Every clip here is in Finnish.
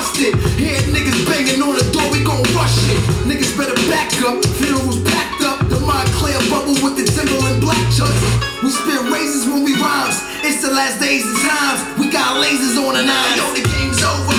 busted. Hear niggas banging on the door, we gon' rush it. Niggas better back up, funerals packed up. The Montclair bubble with the Timberland black chucks. We spit razors when we rhymes. It's the last days of times. We got lasers on the nine. Yo, the game's over.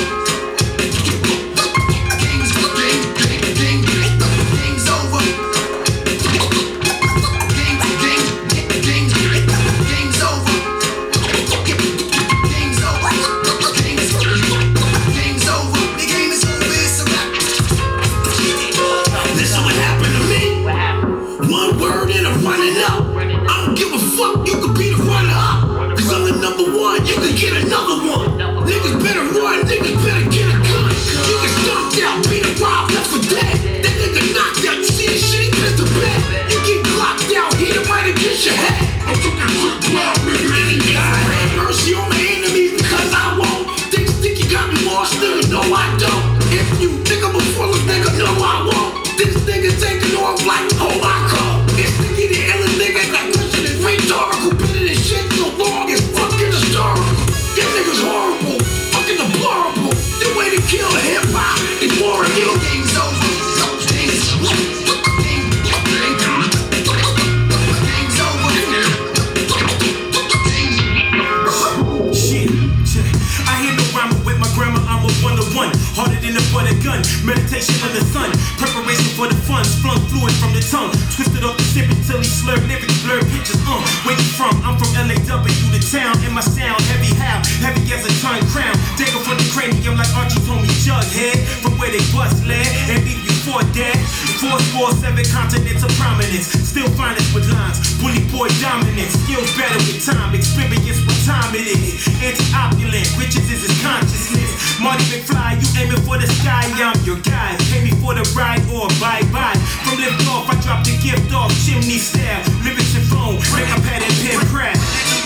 Meditation in the sun, preparation for the fun. Flung fluid from the tongue, twisted off the sip until he slurred lyrics, blurred pictures. Where you from? I'm from LAW, the town. And my sound heavy how? Heavy as a ton crown. Dagger from the cranium like Archie told me Jughead. From where they bust lead and leave you for dead. 447 continents of prominence. Still finest with lines. Bully boy dominance. Skills better with time. Experience what time it is. Anti-opulent. Riches is his consciousness. Marty McFly, you aiming for the sky. I'm your guy. Pay me for the ride or bye-bye. From lift off, I drop the gift off. Chimney style. Lyrics and phone. Break a pad and pen crash.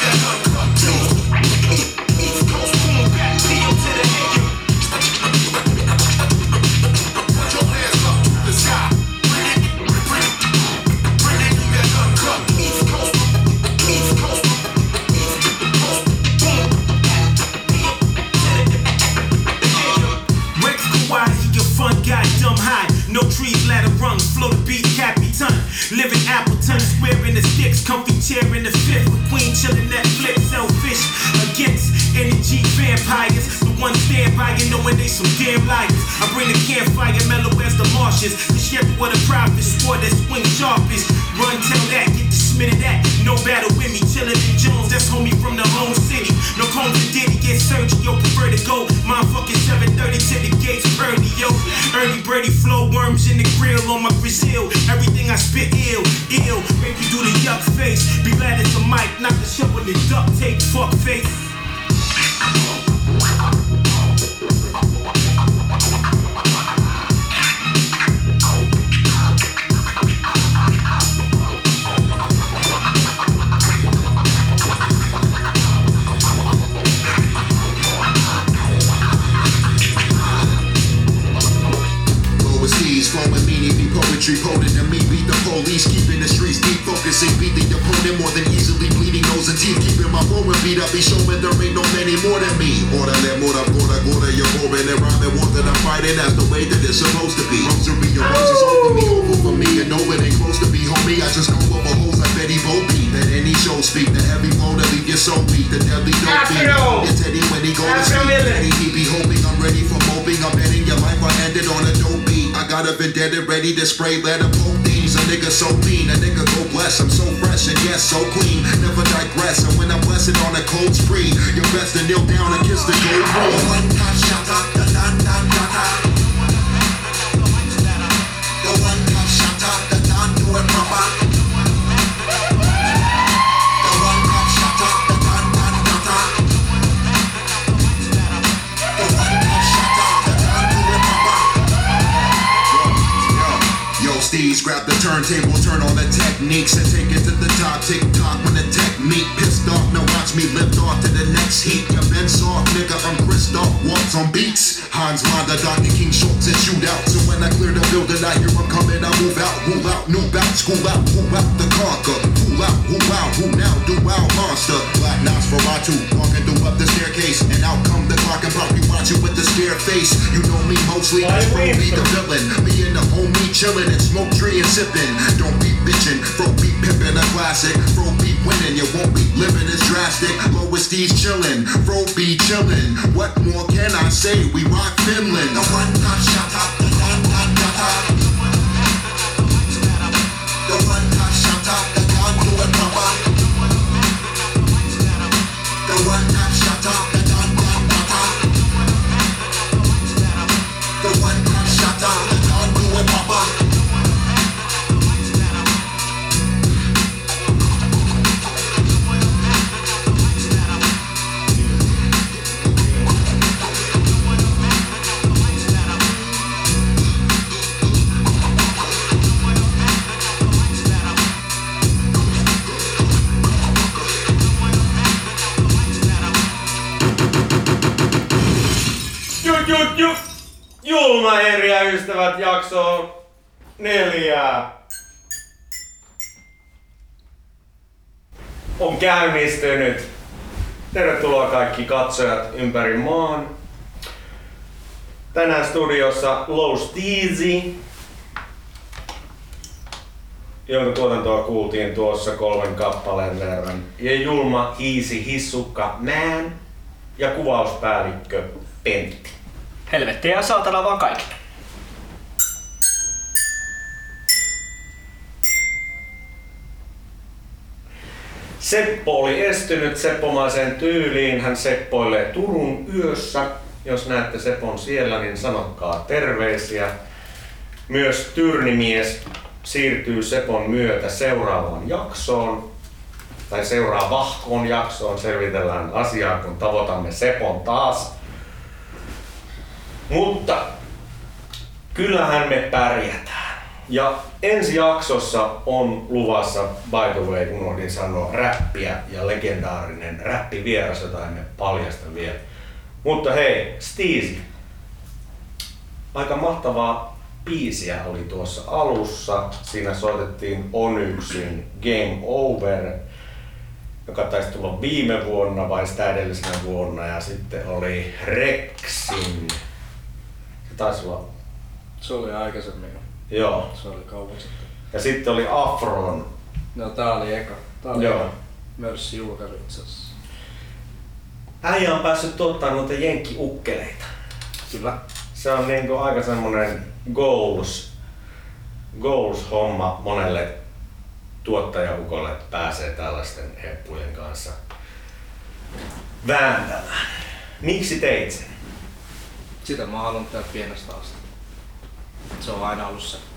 East Coast, boom back. Deal to the head. Put your hands up to the sky. No trees, ladder rung, flow the beat, Capitan. Living Appleton, square in the sticks, comfy chair in the fifth. With Queen chillin' Netflix, selfish against energy vampires. The ones stand by you knowing they some damn liars. I bring the campfire, mellow as the marshes. The shepherd with a private sport that swing sharpest. Run, tell that, get the smit of that. No battle with me, chillin' in Jones, that's homie from the home city. No combs and Diddy get searched, yo, prefer to go. Motherfucking 730 to the gates, Purdy, yo. Early birdie flow, worms in the grill on my Brazil. Everything I spit ill, make you do the yuck face. Be glad it's a mic, not the shovel and duct tape, fuck face. Potent to me, beat the police, keeping the streets deep, focusing, beat the opponent more than easily, bleeding nose and teeth, keeping my moment beat up, be showing there ain't no many more than me. Orale, mora, gora, you're boring and rhyming, one that I'm fighting, that's the way that it's supposed to be. Rosary, your roses over for me, and no it ain't close to be, homie, I just go over holes like Betty Bo beat. Let any show speak, the heavy flow that leave your soul weak, the deadly dope beat. It's Teddy when he go to sleep, Teddy, he be hoping, I'm ready for moping, I'm betting your life I ended on a dope beat. I got a vendetta ready to spray, let him poke these. A nigga so mean, a nigga go bless. I'm so fresh and yes, so clean. Never digress. And when I'm blessed on a cold spree, you're best to kneel down and kiss the gold ring. One touch, shut up, the one touch, shut up, the done do it proper. Steez, grab the turntable, turn on the techniques and take it to the top. Tick tock when the tech meet, pissed off. Now watch me lift off to the next heat. You been soft, nigga, I'm Christoph Waltz on beats. Hans Landa, Dr. King Schultz and shoot out. So when I clear the building, I hear I'm coming, I move out, new bout, school out, who out the conquer. Who out, who now, do out monster. Black Nosferatu, walking through up the staircase, and out come the clock and pop you watch it with the scare their face. You know me mostly, bro be the villain. Me and the homie chillin' and smoke tree and sippin'. Don't be bitchin', bro be pimpin' a classic. Bro be winning, you won't be living as drastic. Lowest D's chillin', bro be chillin'. What more can I say? We rock Finland. The one not shut up, the one not shut up. The one not shut up, the can't do it proper. The one not shut up, the can't do it proper. The one not shut up, the can't do it proper. Julma eriä ystävät jaksoon 4 on käynnistynyt. Tervetuloa kaikki katsojat ympäri maan. Tänään studiossa Low Steezy, jonka tuotantoa kuultiin tuossa 3 kappaleen verran. Ja julma hiisi hissukka Man ja kuvauspäällikkö Pentti. Helvettiä ja saatana vaan kaikille. Seppo oli estynyt seppomaiseen tyyliin. Hän seppoilee Turun yössä. Jos näette Sepon siellä, niin sanokkaa terveisiä. Myös Tyrnimies siirtyy Sepon myötä seuraavaan jaksoon. Tai seuraavahkoon jaksoon. Selvitellään asiaa, kun tavoitamme Sepon taas. Mutta kyllähän me pärjätään. Ja ensi jaksossa on luvassa, by the way, unohdin sanoa, räppiä ja legendaarinen räppivieras, jota emme paljasta vielä. Mutta hei, Steezy. Aika mahtavaa biisiä oli tuossa alussa. Siinä soitettiin Onyxin Game Over, joka taisi tulla viime vuonna vai sitä edellisenä vuonna. Ja sitten oli Rexin. Taisi olla. Se oli aikaisemmin. Joo. Se oli kauan sitten. Ja sitten oli Afron. No tää oli eka. Tää oli Joo. eka. Mörssi julkaisu itse asiassa. Äijä on päässyt tuottaa noita jenkkiukkeleita. Kyllä. Se on niinku aika semmonen goals homma monelle tuottajaukolle, että pääsee tällaisten heppujen kanssa vääntämään. Miksi teit sen? Sitä mä oon halunnut tehdä pienestä asti. Se on aina ollut se.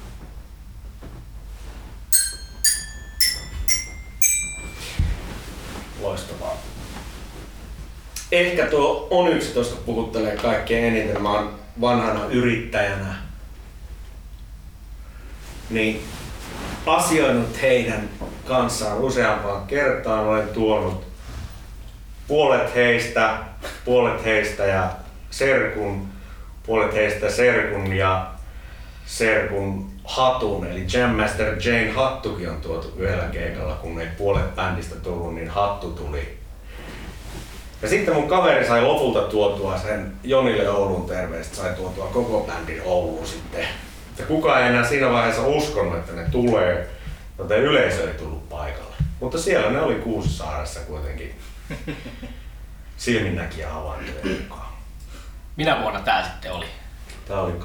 Loistavaa. Ehkä tuo Onyx tuosta puhuttelee kaikkein eniten. Mä oon vanhana yrittäjänä niin asioinut heidän kanssaan useampaan kertaan. Olen tuonut puolet heistä ja serkun, puolet heistä serkun ja serkun hatun, eli Jam Master Jane hattukin on tuotu yhdellä keikalla, kun ei puolet bändistä tullut, niin hattu tuli. Ja sitten mun kaveri sai lopulta tuotua sen Jonille Oulun terveistä, sai tuotua koko bändin Ouluun sitten. Ja kukaan ei enää siinä vaiheessa uskonut, että ne tulee, joten yleisö ei tullut paikalle. Mutta siellä ne oli Kuusisaaressa kuitenkin silminnäkijä havaintojen mukaan. Minä vuonna tää sitten oli? Tää oli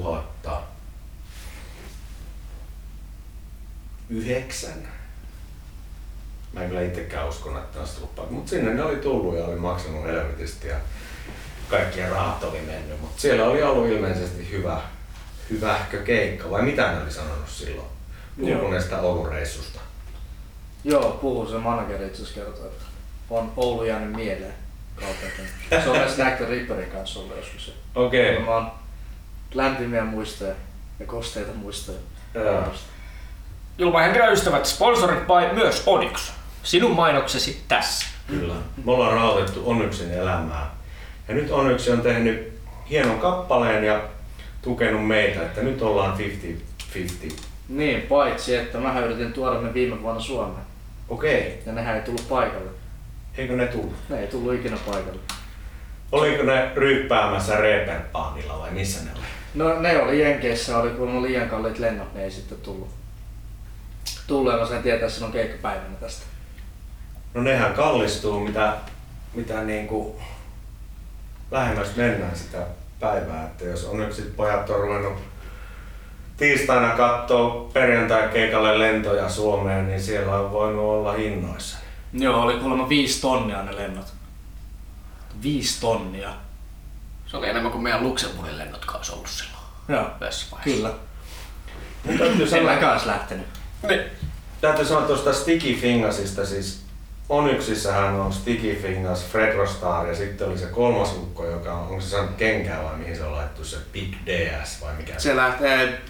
2009. Mä en kyllä itsekään uskon, että olisi tullut paikka, mutta sinne ne oli tullut ja oli maksanut helvetisti ja kaikkien rahat oli mennyt. Mutta siellä oli ollut ilmeisesti hyvähkö keikka, vai mitä ne oli sanonut silloin? Puhuneesta Oulun reissusta. Joo, puhuu se manageri itse asiassa kertoo, että on Oulu jäänyt mieleen kaupunkiin. Se on myös Snack the Ripperin kanssa ollut joskus. Okei. Mä oon lämpimiä muistoja ja kosteita muistoja. Julma Henry ystävät, sponsorit by myös Onyx. Sinun mainoksesi tässä. Kyllä. Me ollaan rahoitettu Onyxin elämää. Ja nyt Onyx on tehnyt hienon kappaleen ja tukenut meitä, että nyt ollaan 50-50. Niin, paitsi että mä yritin tuoda ne viime vuonna Suomeen. Okei. Ja nehän ei tullut paikalle. Eikö ne tullut? Ne ei tullut ikinä paikalle. Oliko ne ryyppäämässä Reeperbahilla vai missä ne oli? No ne oli Jenkeissä, oli kuulemma liian kalliit lennot, ne ei sitten tullut. Ja mä sain tietää silloin keikkapäivänä tästä. No nehän kallistuu mitä niinku lähemmäs mennään sitä päivää, että jos on nyt sit pojat on ruvennut tiistaina kattoo perjantai-keikalle lentoja Suomeen, niin siellä on voinut olla hinnoissa. Joo, oli kuulemma 5 tonnia ne lennot. 5 tonnia. Se oli enemmän kuin meidän Luxemburgin lennotkaan olisi ollut silloin. Joo, kyllä. En mäkään olisi lähtenyt. Niin. Täytyy sanoa tuosta Sticky Fingersista, siis Onyxissähän on Sticky Fingers, Fred Rostar ja sitten oli se kolmas ukko, joka onko se saanut kenkää vai mihin se on laittu, se Big DS vai mikä se lähtee,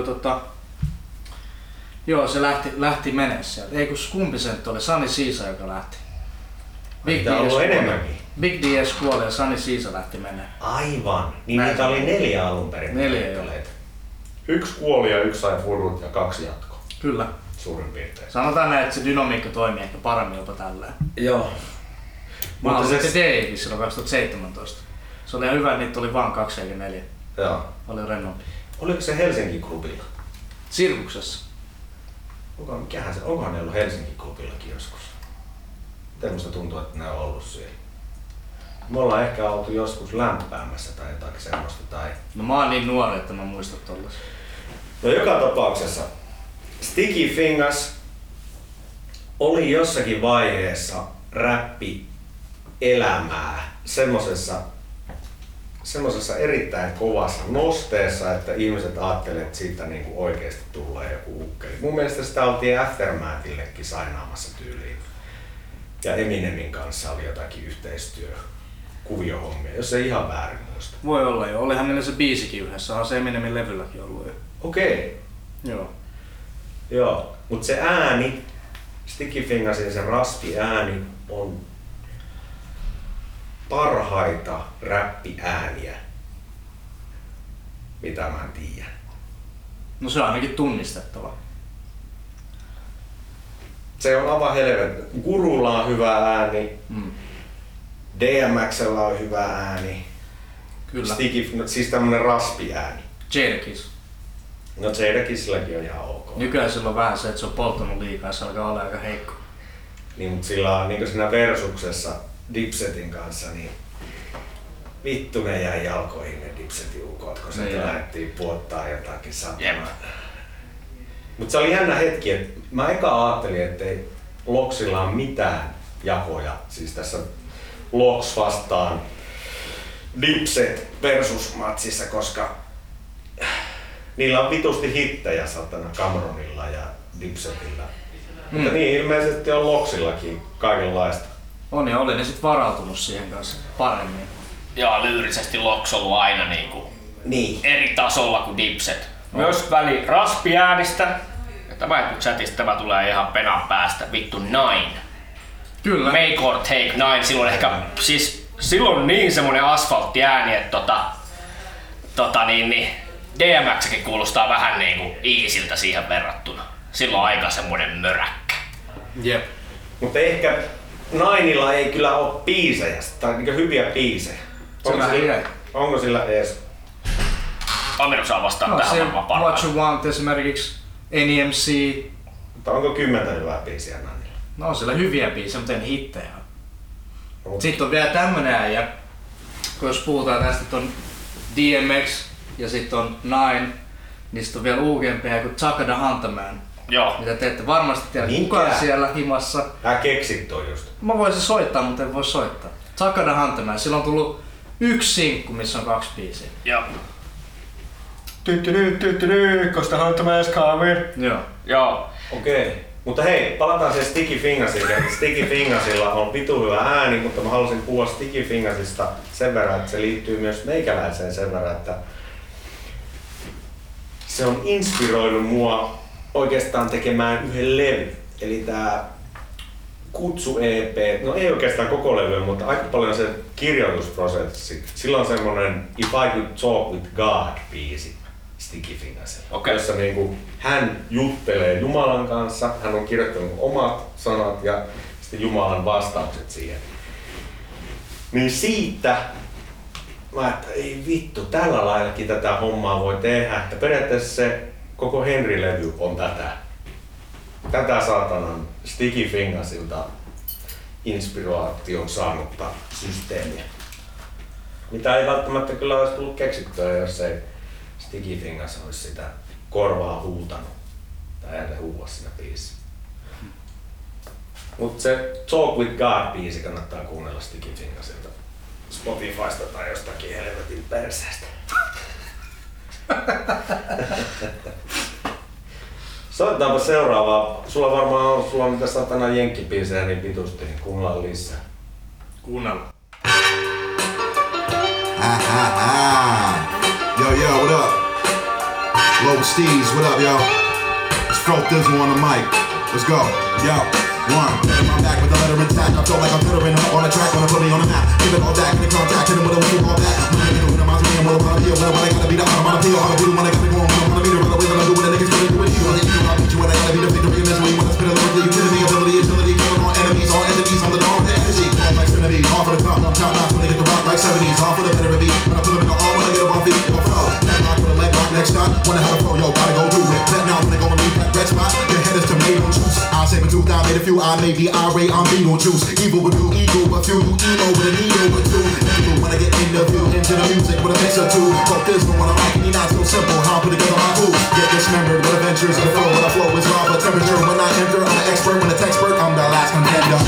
joo se lähti menee sieltä. Ei kun kumpi se nyt oli, Sunny Sisa joka lähti. Big DS enemmänkin. Big DS kuoli ja Sunny Sisa lähti menee. Aivan, niin niitä oli 4 alun perin. 4 1 kuoli ja 1 sai furut ja 2 jatkoa. Kyllä. Suurin piirtein. Sanotaan näin, että se dynamiikka toimii ehkä paremmin jopa tälleen. Joo. Mä olin sitten DJ:kin silloin 2017. Se oli ihan hyvä, että niitä oli vaan 2 eikä 4. Joo. Oli rennompi. Oliko se Helsinki Klubilla? Sirkuksessa. Onkohan ne ollut Helsinki Klubillakin joskus? Miten musta tuntuu, että ne on ollut siellä? Me ollaan ehkä oltu joskus lämpäämässä tai jotakin semmoista. Tai... No mä oon niin nuori, että mä muistan tollas. No joka tapauksessa Sticky Fingers oli jossakin vaiheessa räppi-elämää semmosessa erittäin kovassa nosteessa, että ihmiset ajattelevat, että siitä niinku oikeesti tulee joku ukkeli. Mun mielestä sitä oltiin Aftermathillekin sainaamassa tyyliin. Ja Eminemin kanssa oli jotakin yhteistyökuviohommia, jos ei ihan väärin muista. Voi olla jo. Olihan meillä se biisikin yhdessä. On se Eminemin levylläkin ollut jo. Okei. Joo. Joo, mut se ääni, Sticky Fingersin se raspi ääni on parhaita räppiääniä, mitä mä tiedän. No se on ainakin tunnistettava. Se on aivan helvetti. Gurulla on hyvä ääni, DMX:llä on hyvä ääni, Kyllä. siis tämmönen raspi ääni. Jadakiss. No Jadakissilläkin on ihan ok. Nykyään sillä on vähän se, että se on polttanut liikaa ja se alkaa olla aika heikko. Niin, mutta sillä on niin siinä Versuksessa Dipsetin kanssa, niin vittu ne jäi jalkoihin ne Dipsetin ukot, kun sieltä lähdettiin puottaa jotakin samaa. Mutta se oli jännä hetki, että mä eka ajattelin, ettei Loxilla ole mitään jakoja, siis tässä Lox vastaan Dipset versus matsissa, koska niillä on vitusti hittejä satana Cameronilla ja Dipsetillä. Mutta niin ilmeisesti on Loxillakin kaikenlaista. On ja oli ne sit varautunut siihen kanssa paremmin. Ja lyyrisesti Lox on ollut aina Niin. eri tasolla kuin Dipset. Myös väli raspiäänistä. Tämä chatista tämä tulee ihan penan päästä. Vittu 9. Kyllä. Make or take 9. Silloin ehkä silloin niin semmonen asfalttiääni, että DMX:kin kuulostaa vähän niinku Easiltä siihen verrattuna. Silloin aika semmonen möräkkä. Jep. Mutta ehkä Ninella ei kyllä ole biisejä, tai niinku hyviä biisejä. Onko sillä edes? Amiru saa vastaan tähän se varmaan parhaan. What You Want esimerkiksi, NEMC. Mutta onko 10 hyvää biisiä Ninella? No on siellä hyviä biisejä, mutta en hittejä. Sitten on vielä tämmönen äijä, kun jos puhutaan tästä, että on DMX ja sitten on Nine, niin sitten on vielä uudempia kuin Chaka the Hunterman. Joo. Mitä te ette varmasti tiedä kukaan siellä himassa. Keksit toi just. Mä voisin soittaa, mutta en voi soittaa. Chaka the Hunterman, sillä on tullut 1 sinkku, missä on 2 biisiä. Joo. Cause the Hunterman's coming. Joo. Okei. Mutta hei, palataan siihen Sticky Fingersille. Sticky Fingersilla on vitu hyvä ääni, mutta mä halusin puhua Sticky Fingersista sen verran, että se liittyy myös meikäläiseen sen verran, että se on inspiroinut mua oikeastaan tekemään yhden levy. Eli tää Kutsu EP, no ei oikeastaan koko levy, mutta aika paljon se kirjoitusprosessi. Sillä on semmonen If I Could Talk With God -biisi Sticky Fingersilla, jossa niinku hän juttelee Jumalan kanssa, hän on kirjoittanut omat sanat ja sitten Jumalan vastaukset siihen. Niin siitä mä että ei vittu, tällä laillakin tätä hommaa voi tehdä. Ja periaatteessa se koko Henry-levy on tätä saatanan Sticky Fingersilta inspiraation saanutta systeemiä. Mitä ei välttämättä kyllä olisi tullut keksittyä, jos ei Sticky Fingers olisi sitä korvaa huutanut. Tai ääntä huua siinä biisissä. Mut se Talk with God-biisi kannattaa kuunnella Sticky Fingersilta Spotifysta tai jostakin helvetin perseestä. Soitetaanpa seuraavaa. Sulla on mitä satana jenkkibiisejä niin vitusti, niin kuunnellaan lisää. Kuunnellaan. Yo, what up? Low Steez, what up, yo? Let's throw this one on the mic. Let's go. Yo, one. I'm back with the letter intact. I feel like I'm bettering her on the track when I put me on the map. Give it all back in the contact, hit him with a whistle, all that. I'm gonna do it, reminds me of what I wanna be, what I gotta be, the I'm gonna feel, how to do when I gotta go on, when I be the right way, when I do what the niggas gonna do with you. I'll beat you when I gotta be the victory and misery, when I spit a lyrically, utility, ability, agility, killing all enemies, all entities, on the dog, the energy. All like Trinity, all for the top, I'm top notch when they get the rock like 70s, all for the better beat. When I put them in the all, when I get up on feet, if I fall, that rock with a leg rock next time, wanna have a flow, yo, gotta go do it. Bet now when they go and leave that red spot, your head is tomato juice. I'll save a tooth, I made a few, I may be irate, I'm Beetlejuice. Evil with new ego, but few you emo with a needle with two. Evil when I get in the view, into the music with a mix of two. Fuck this one when I'm like, me not so simple, how I put together my clues. Get dismembered with adventures of the flow, when I flow is lava temperature. When I enter, I'm an expert, when a textpert, I'm the last contender.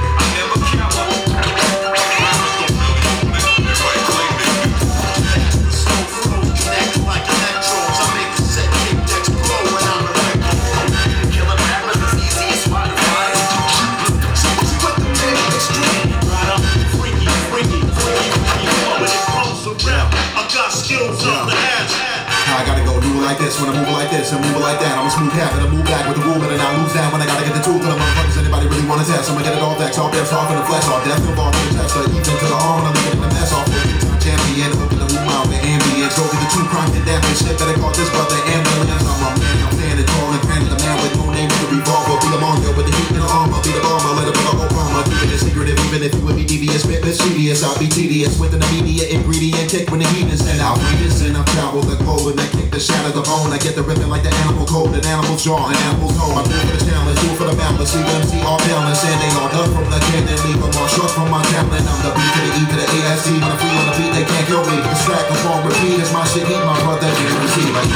I gotta go do it like this when I move it like this and move it like that. I'm a smooth half and I move back with the rule and I lose that when I gotta get the tool to the motherfuckers. Anybody really wanna test? I'ma get it all vexed, all best off in the flesh, all death involved in the chest, even to the arm and I'm leaving the mess off. Champion, open the room out with ambience. Over the true crime, get that bitch shit. Better call this brother ambulance. I'm a man, I'm standing tall and granted. The man with no name with the revolver. Be the mongo with the heat in the armor. Be the bomber, let it blow Obama. Keep it secretive, even if you would be devious. Bit mischievous, I'll be tedious. With an immediate ingredient kick when the heat is set. Outrageous and I've traveled the globe and I kick the shatter the bone. I get the ripping like the animal cold. An animal's jaw, an animal's home. I do it for the challenge, do it for the balance. See them see all balance. And they all done from the can and leave them all struck from my talent. I'm the B to the E to the ASC. When I'm free on the beat, they can't kill me. Distract them all, repeat. It's my shit, eat my brother, can't receive it.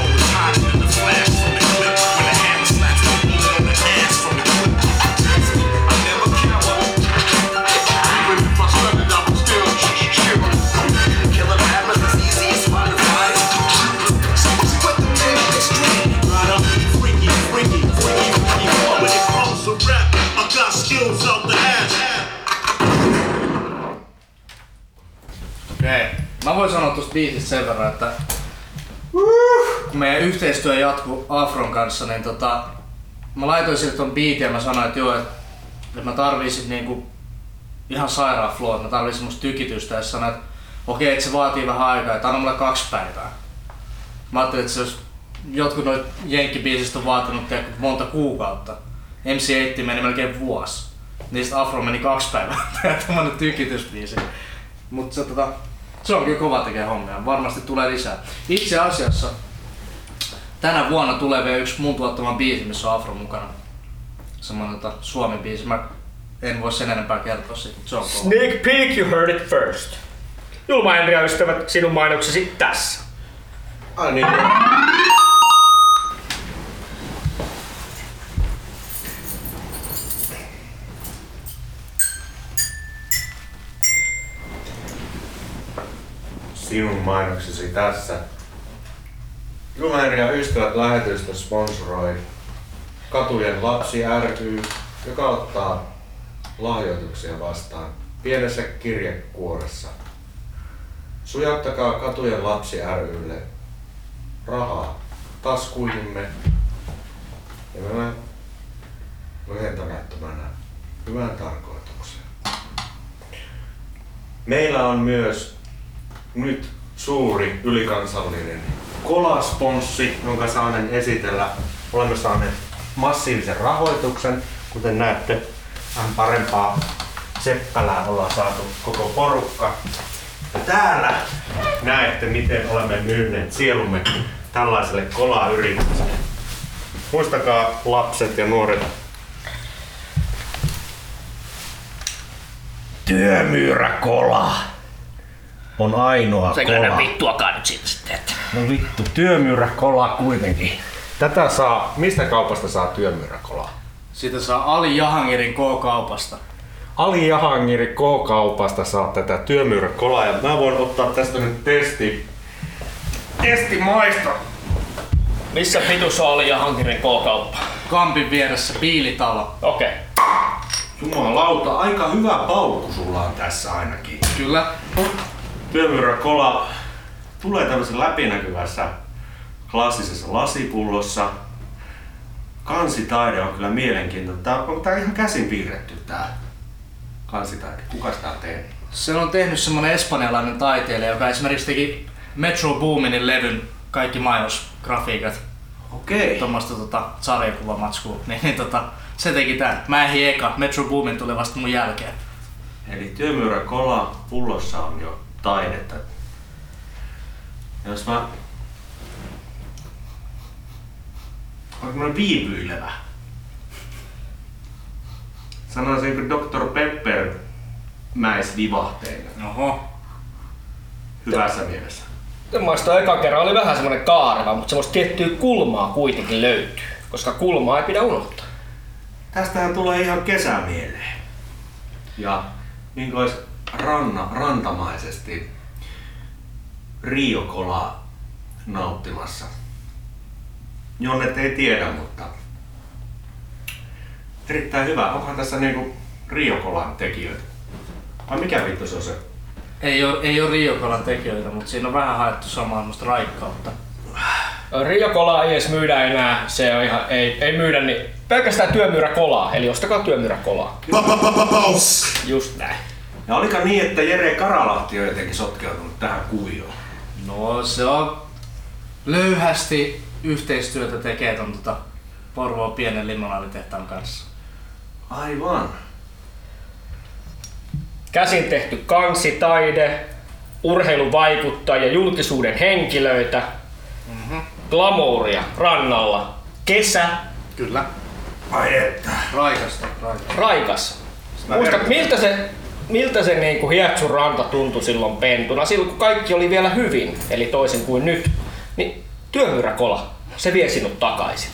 Mä voin sanoa tuosta biisistä sen verran, että kun meidän yhteistyö jatkuu Afron kanssa, niin mä laitoin sille ton beatin ja mä sanoin, että joo, että mä tarvisin niinku ihan sairaan flow, että mä tarvisin semmoista tykitystä ja sanoin, että okei, että se vaatii vähän aikaa, että anna mulle 2 päivää. Mä ajattelin, että se jos jotkut noit jenkkibiisistä on vaatinut monta kuukautta, MC8 meni melkein vuosi, niistä Afro meni 2 päivää tehdä tämmönen tykitysbiisi. Mut se on kyllä kova tekee hommia, varmasti tulee lisää. Itse asiassa tänä vuonna tulee vielä yksi mun tuottama biisi, missä on Afro mukana. Semmoinen Suomen biisi. Mä en voi sen enempää kertoa siitä, mutta se on kova. Sneak peek, you heard it first. Julma Henri ja ystävät, sinun mainoksesi tässä. Ai niin. Sinun mainoksesi tässä. Julma Henri ja ystävät lähetystä sponsoroi Katujen Lapsi ry, joka ottaa lahjoituksia vastaan pienessä kirjekuoressa. Sujauttakaa Katujen Lapsi rylle rahaa taskuihimme ja me lyhentämättömänä hyvään tarkoitukseen. Meillä on myös nyt suuri ylikansallinen kolasponssi, jonka saanen esitellä. Olemme saaneet massiivisen rahoituksen, kuten näette. Vähän parempaa seppälää ollaan saatu koko porukka. Täällä näette, miten olemme myyneet sielumme tällaiselle kolayritykselle. Muistakaa lapset ja nuoret. Työmyyräkola on ainoa Se kola. kyllä vittuakaan nyt siitä sitten. No vittu, työmyyräkola kuitenkin. Tätä saa, mistä kaupasta saa työmyyräkolaa? Siitä saa Ali Jahangirin K-kaupasta. Ali Jahangiri K-kaupasta saa tätä työmyyräkolaa ja mä voin ottaa tästä nyt testimaista. Missä vitussa oli Jahankirin K-kauppa? Kampin vieressä Piilitalo. Okei. Jumalauta, aika hyvä paukku sulla on tässä ainakin. Kyllä. Työmyyräkola tulee tämmöisessä läpinäkyvässä klassisessa lasipullossa. Kansitaide on kyllä mielenkiintoinen. Onko tää ihan käsin piirretty tää kansitaide? Kuka sitä on tehnyt? Se on tehnyt semmonen espanjalainen taiteilija, joka esimerkiksi teki Metro Boominin levyn kaikki mainosgrafiikat. Okei. Tuommoista sarjakuvamatskua. Se teki tän. Mä ehdin eka. Metro Boomin tuli vasta mun jälkeen. Eli työmyyräkola pullossa on jo taidetta. Jos mä... Onko mä viipyilevä? Sanoisinko Dr. Pepper mäisvivahteina. Oho. Hyvässä mielessä. Maistaa eka kerran oli vähän semmonen kaareva, mutta semmoista tiettyä kulmaa kuitenkin löytyy, koska kulmaa ei pidä unohtaa. Tästähän tulee ihan kesä mieleen. Ja niin kuin olisi rantamaisesti Rio-kolaa nauttimassa. Jonnet ei tiedä, mutta erittäin hyvä. Onkohan tässä niinku Rio-kolan tekijöitä? Vai mikä vittu se on se? Ei oo Rio-kolan tekijöitä, mutta siinä on vähän haettu samaa raikkautta. Rio-kolaa ei edes myydä enää, se on ihan, ei myydä niin pelkästään työmyyräkolaa, eli ostakaa työmyyräkolaa. Just näin. Ja oliko niin, että Jere Karalahti on jotenkin sotkeutunut tähän kuvioon? No se on löyhästi yhteistyötä tekee ton Porvoon pienen limonaditehtaan kanssa. Aivan. Käsin tehty kansitaide, urheiluvaikuttajia, julkisuuden henkilöitä, glamouria rannalla, kesä, Kyllä. Ai että. Raikasta. raikas. Muista, miltä se niinku Hietsun ranta tuntui silloin pentuna, silloin kun kaikki oli vielä hyvin, eli toisin kuin nyt, niin työmyyräkola, se vie sinut takaisin.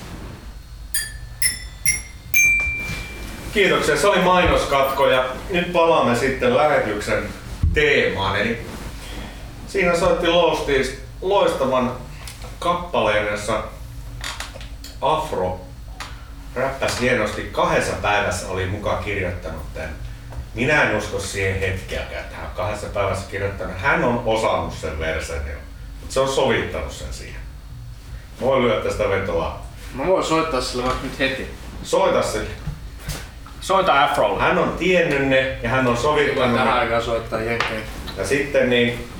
Kiitoksia, se oli mainoskatko ja nyt palaamme sitten lähetyksen teemaan. Eli siinä soitti Loasties loistavan kappaleen, jossa Afro räppäsi hienosti. 2 päivässä oli mukaan kirjoittanut tämän. Minä en usko siihen hetkeäkään, että hän on 2 päivässä kirjoittanut. Hän on osannut sen versen jo, mutta se on sovittanut sen siihen. Mä voin lyödä tästä vetoa. Mä voin soittaa sille vaikka nyt heti. Soita sille. Soita Afrolle. Hän on tiennyt ne ja hän on sovittanut Tähän ne. aikaan soittaa jenkkejä. Ja sitten niin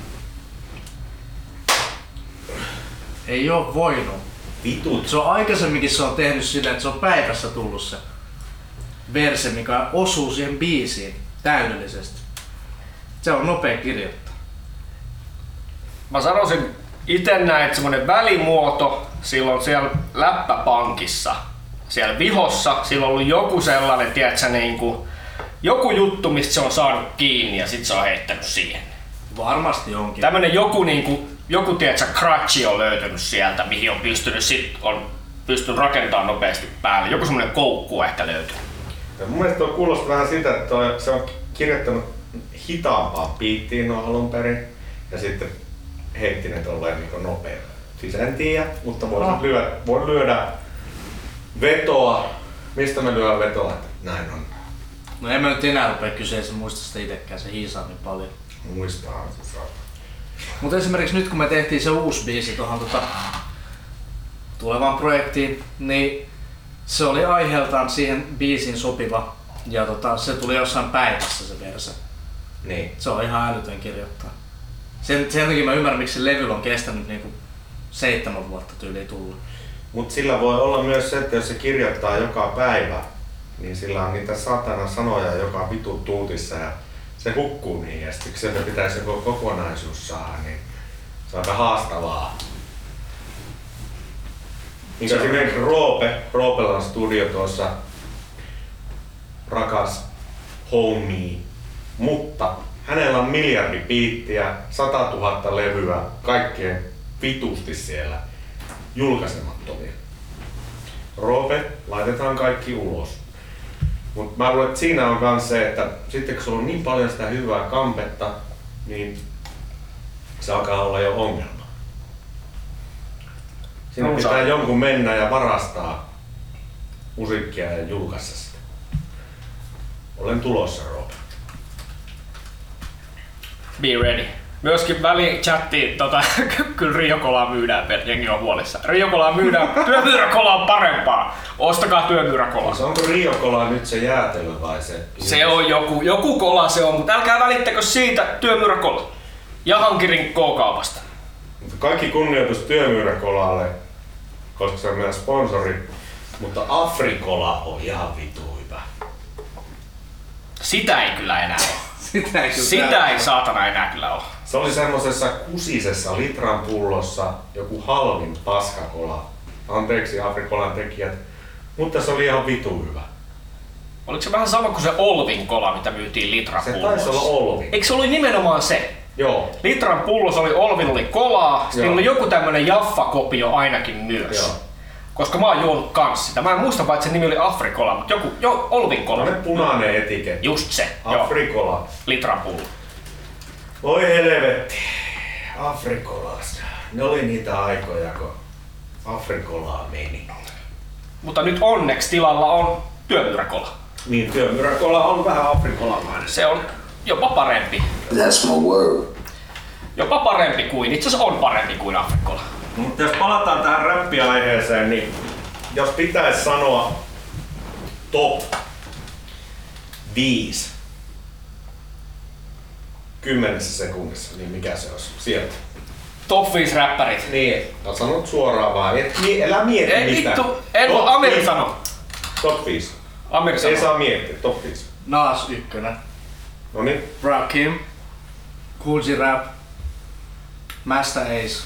Ei oo voinut. vitut. Se on aikaisemminkin se on tehnyt silleen, että se on päivässä tullut se verse, mikä osuu siihen biisiin täydellisesti. Se on nopea kirjoittaa. Mä sanoisin ite näin, että semmonen välimuoto silloin siellä läppäpankissa, siellä vihossa, sillä on ollut joku sellainen, tiedätkö, niinku, joku juttu, mistä se on saanut kiinni ja sit se on heittänyt siihen. Varmasti onkin. Tämmönen joku tiedätkö, crutchi on löytynyt sieltä, mihin on pystynyt rakentamaan nopeasti päälle. Joku semmonen koukku on ehkä löytynyt. Ja mun mielestä tuo kuulostaa vähän siltä, että se on kirjoittanut hitaampaa biittiin noin alun perin ja sitten heitti ne tolleen niin nopea. Siis en tiedä, mutta voin lyödä vetoa. Mistä me lyödään vetoa, että näin on? No en mä nyt enää rupea kyseessä muista sitä itekään, se hiisaa niin paljon. Muistaa se saa. Mutta esimerkiksi nyt kun me tehtiin se uusi biisi tuohon tulevaan projektiin, niin se oli aiheeltaan siihen biisiin sopiva ja se tuli jossain päivässä se verse. Niin. Se on ihan älytön kirjoittaa. Sen takia mä ymmärrän, miksi se levyllä on kestänyt niinku 7 vuotta tyyliin tulla. Mut sillä voi olla myös se, että jos se kirjoittaa joka päivä, niin sillä on niitä satana sanoja joka vitu tuutissa ja se hukkuu niin ja sitten sieltä pitäisi joku kokonaisuus saada, niin se on aika haastavaa. Niin esimerkiksi Roopella on studio tuossa, rakas homie, mutta hänellä on miljardi biittiä, 100 000 levyä, kaikkien vitusti siellä julkaisemattomia. Roope, laitetaan kaikki ulos. Mutta mä luulen, että siinä on myös se, että sitten kun sulla on niin paljon sitä hyvää kampetta, niin se alkaa olla jo ongelma. Siinä pitää jonkun mennä ja varastaa musiikkia ja julkaista sitä. Olen tulossa, Roope. Be ready. Myöskin välichattiin, kyllä Rio-kolaa myydään, jengi on huolissa. Rio-kolaa myydään, työmyyräkola on parempaa. Ostakaa työmyyräkolaa. Siis onko Rio-kola nyt se jäätelö vai se? Se on joku kola se on, mutta älkää välittäkö siitä työmyyräkola. Ja Hankirin K-kaupasta. Kaikki kunnioitus työmyyräkolalle, koska se on meidän sponsori. Mutta Afrikola on ihan vitu hyvä. Sitä ei kyllä enää ole. Sitä ei saatana enää kyllä ole. Se oli semmosessa kusisessa litran pullossa joku halvin paskakola. Anteeksi Afrikolan tekijät, mutta se oli ihan vitu hyvä. Oliko se vähän sama kuin se Olvin kola, mitä myytiin litran Se pullossa? taisi olla Olvi. Eikö se ollut nimenomaan se? Joo. Litran pullossa oli Olvin oli kolaa, sitten oli joku tämmönen Jaffa-kopio ainakin myös. Joo. Koska mä oon juonut kans sitä. Mä en muista vaan, että se nimi oli Afrikola, mutta joku Olvin kola. Tällainen punainen etiketti. Just se. Afrikola. Joo. Litran pullo. Voi helvetti. Afrikolasta. Ne oli niitä aikoja, kun Afrikolaa meni. Mutta nyt onneksi tilalla on työmyyräkola. Niin, työmyyräkola on vähän afrikolamainen. Se on jopa parempi. That's my word. Jopa parempi kuin, itse asiassa on parempi kuin Afrikola. Mutta jos palataan tähän räppiaiheeseen, niin jos pitäisi sanoa top 5 10 sekunnissa, niin mikä se olisi sieltä? Top 5 räppärit. Niin, sanot suoraan vaan. Älä mieti Ei mitään. vittu, en voi Amir sano. Top 5. Amir Ei sano. saa miettiä, top 5. Nas 1. Noniin. Rakim. Kool G Rap. Masta Ace.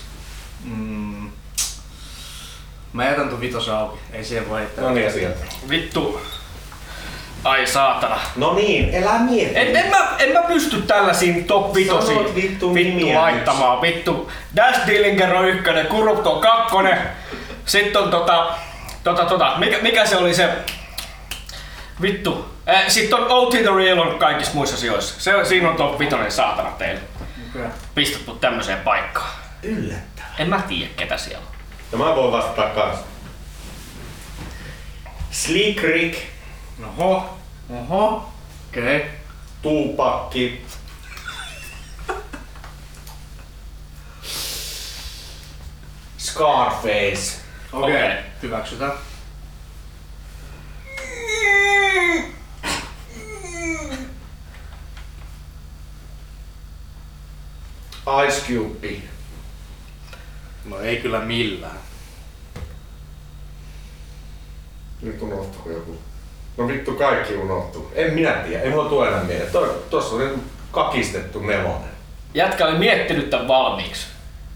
Mä jätän tuon vitosen auki. Ei siihen voi heittää. Noniin ja sieltä. Vittu. Ai saatana. No niin, älä mieti. En mä pysty tällaisiin top 5 Sanot vittu nimiä laittamaan. Vittu. Dash Dillinger on 1, Kurupt on 2. Sitten on mikä se oli se vittu. Sitten on OT The Real on kaikissa muissa sijoissa. Siinä on top 5 saatana teille. Okay. Pistät mut tämmöiseen paikkaan. Yllättävää. En mä tiedä ketä siellä on. Ja mä voin vastata kans. Slick Rick, Oho. Okei. Okay. Tupakki, Scarface, Okei. Hyväksytään. Ice Cube. No ei kyllä millään. Nyt unohtuiko joku? No vittu kaikki unohtuu. En minä tiedä, ei mulla tule enää mieleen. Tossa oli kakistettu nelonen. Jätkä oli miettinyt tän valmiiksi.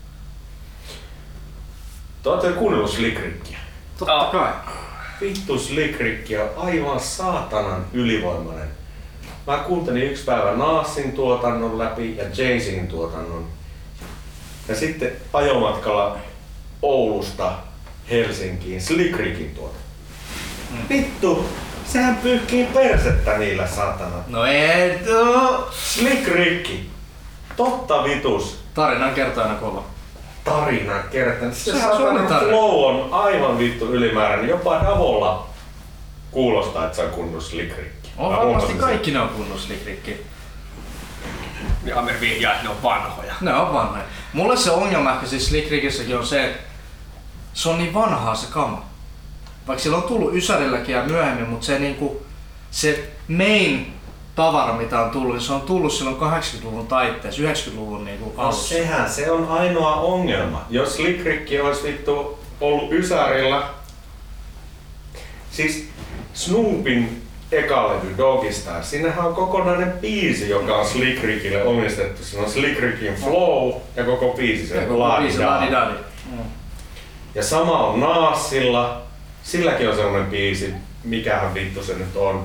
Te ootte kuunnellut Slick Rickia. Totta kai. Vittu Slick Rick on aivan saatanan ylivoimainen. Mä kuuntelin yksi päivä Nasin tuotannon läpi ja Jay-Zin tuotannon. Ja sitten ajomatkalla Oulusta Helsinkiin Slick Rickin tuotannon. Vittu, sehän pyyhkii persettä niillä saatana. No ei Slick Rick. Totta vitus. Tarinan kertojana kova. Tarina kertaa. Se on saatana tarina. flow on aivan vittu ylimääräinen. Jopa Davolla kuulostaa, että se on kunnon Slick Rick. On Mä varmasti huomasin sen. kaikki ne on kunnon Slick Ricki. Ja Amir vihjaa, että ne on vanhoja. Ne on vanhoja. Mulle se ongelma ehkä siis Slick Rickissäkin on se, että se on niin vanhaa se kama. Vaikka sillä on tullut Ysärilläkin ja myöhemmin, mutta se, niinku, se main tavara mitä on tullut, niin se on tullut silloin 80-luvun taitteessa, 90-luvun niinku No alussa. sehän se on ainoa ongelma. Jos Slick Rick olisi vittu ollut Ysärillä, siis Snoopin eka levy Doggy Style, siinähän on kokonainen biisi, joka on Slick Rickille omistettu. Siinä on Slick Rickin flow ja koko biisi, se Ladi. Ja sama on Nasilla, silläkin on semmonen biisi, mikähän vittu se nyt on.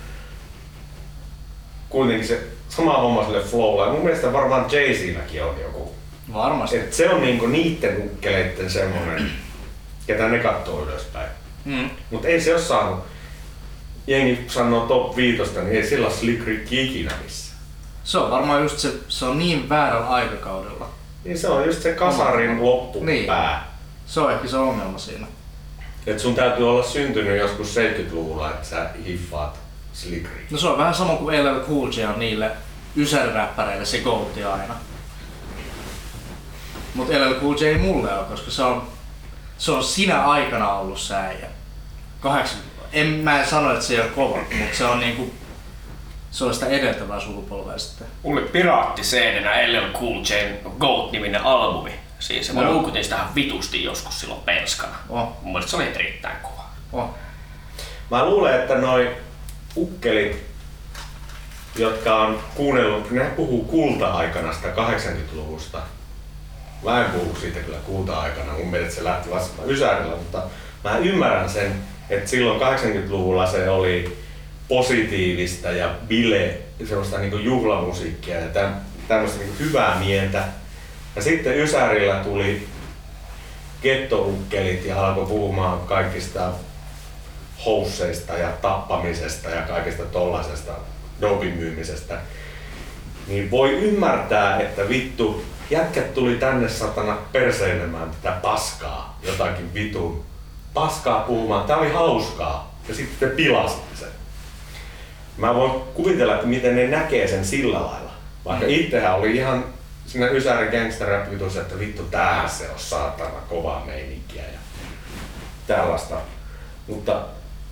Kuitenkin se sama homma sille flowlla, ja mun mielestä varmaan Jay-Zilläkin on joku. Varmasti. Et se on niinku niitten ukkeleitten semmonen, ketä ne kattoo ylöspäin. Mut ei se oo saanut. Jengi sanoo top 5, niin ei sillä Slick Rick ikinä missään. Se on varmaan just se on niin väärällä aikakaudella. Niin se on just se kasarin loppupää. Niin. Se on ehkä se ongelma siinä. Et sun täytyy olla syntynyt joskus 70-luvulla, että sä hiffaat Slick Rick. No se on vähän sama kuin LL Cool J on niille ysäriräppäreille se goatti aina. Mut LL Cool J ei mulle ole, koska se on sinä aikana ollut se äijä. Mä en sano, että se ei ole kova, mutta se on niinku se on sitä edeltävää sukupolvea sitten. Mulle piraatti CD-nä LL Cool J Goat-niminen albumi. Siis mä luukutin sitä vitusti joskus silloin penskana. Mun mielestä se oli erittäin kova. Mä luulen, että noi ukkelit, jotka on kuunnellut, ne puhuu kulta-aikana sitä 80-luvusta. Mä en puhu siitä kyllä kulta-aikana, mun mielestä se lähti vasta ysärillä, mutta mä ymmärrän sen, että silloin 80-luvulla se oli positiivista ja semmoista niinku juhlamusiikkia ja tämmöistä niinku hyvää mieltä. Ja sitten ysärillä tuli gettoukkelit ja alkoi puhumaan kaikista housseista ja tappamisesta ja kaikesta tollasesta dopin myymisestä. Niin voi ymmärtää, että vittu, jätkät tuli tänne satana perseilemään tätä paskaa, jotakin vitun paskaa puhumaan. Tää oli hauskaa ja sitten te pilasitte sen. Mä voin kuvitella, että miten ne näkee sen sillä lailla. Vaikka itsehän oli ihan siinä ysäri gangster-rap-jutussa, että vittu tämähän se on saatana kovaa meininkiä ja tällaista. Mutta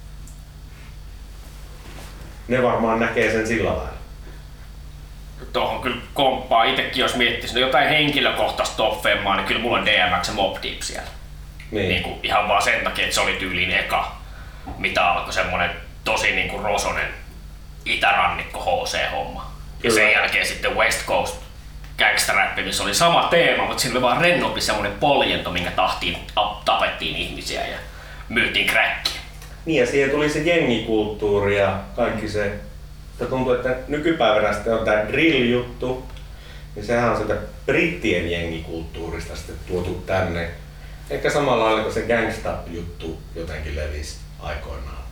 ne varmaan näkee sen sillä lailla. Tuohon kyllä komppaa itekin, jos miettisin jotain henkilökohtaista top-femmaa, niin kyllä mulla on DMX ja Mobb Deep siellä. Niin kuin ihan vaan sen takia, että se oli tyyliin eka, mitä alkoi semmonen tosi niinku rosonen itärannikko HC-homma. Ja sen jälkeen sitten West Coast gangsterrappi, missä oli sama teema, mutta siinä oli vaan rennompi semmonen poljento, minkä tahtiin tapettiin ihmisiä ja myytiin crackia. Niin ja siihen tuli se jengikulttuuri ja kaikki se. Tuntuu, että nykypäivänä sitten on tää drill-juttu, niin sehän on sieltä brittien jengikulttuurista sitten tuotu tänne. Ehkä samalla lailla kuin se gangsta-juttu jotenkin levisi aikoinaan.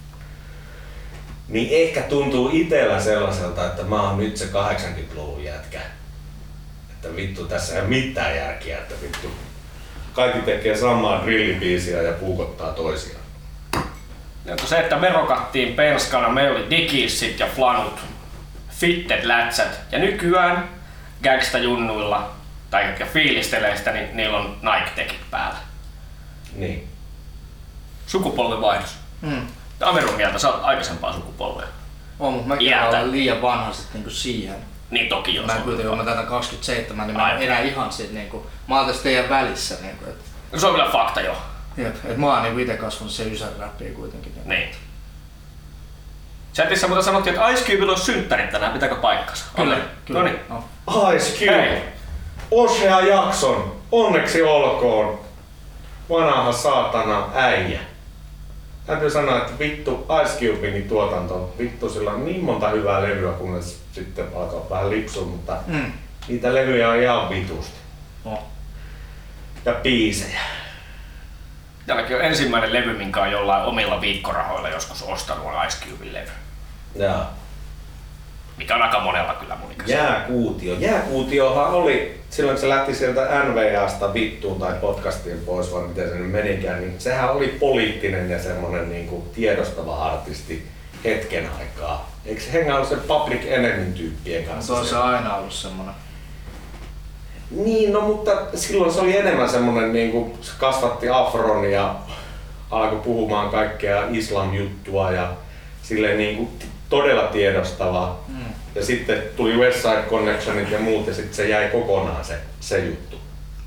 Niin ehkä tuntuu itellä sellaiselta, että mä oon nyt se 80-luvun jätkä. Että vittu, tässä ei ole mitään järkiä, että vittu. Kaikki tekee samaa drillibiisiä ja puukottaa toisiaan. Ja se, että me rokattiin penskana, meillä oli digissit ja flanut, fitted lätsät ja nykyään gangsta-junnuilla tai jotka fiilistelee sitä, niin niillä on Nike-tekit päällä. Niin. Sukupolvenvaihdos. Amerun mieltä, sä oot aikaisempaa sukupolvea. On, mutta mäkin olen liian vanha sit niinku siihen. Niin toki jos. Mä kuitenkin olen tätä 27, niin mä en enää ihan sit niinku, mä oon tässä teidän välissä niinku, et. No se on kyllä fakta jo. Jep, et mä oon niinku ite kasvanut sen ysäriräppiin kuitenkin. Niin. Chatissa muuten sanottiin, että Ice Cubella olisi synttärit tänään, pitääkö paikkansa? Kyllä. Noniin. No. Ice Cube! Osea Jackson, onneksi olkoon. Vanha saatana äijä. Täytyy sanoa, että vittu Ice Cubein tuotanto, vittu sillä on niin monta hyvää levyä, kunnes sitten alkaa vähän lipsua, mutta niitä levyjä on ihan vitusti. No. Ja biisejä. Tälläkin on ensimmäinen levy, minkä on jollain omilla viikkorahoilla joskus ostanut Ice Cuben levy. Jaa. Mikä on aika monella kyllä mun ikäisellä. Jääkuutio. Jääkuutiohan oli, silloin kun se lähti sieltä NVAsta vittuun tai podcastiin pois, vai miten se nyt menikään, niin sehän oli poliittinen ja semmonen niinku tiedostava artisti hetken aikaa. Eikö se hengä ollut se Public Enemy -tyyppien kanssa? Se on se aina ollut semmonen. Niin, no mutta silloin se oli enemmän semmonen niinku, se kasvatti afron ja alkoi puhumaan kaikkea islam-juttua ja silleen niinku todella tiedostava. Ja sitten tuli West Side Connectionit ja muut ja sitten se jäi kokonaan se juttu.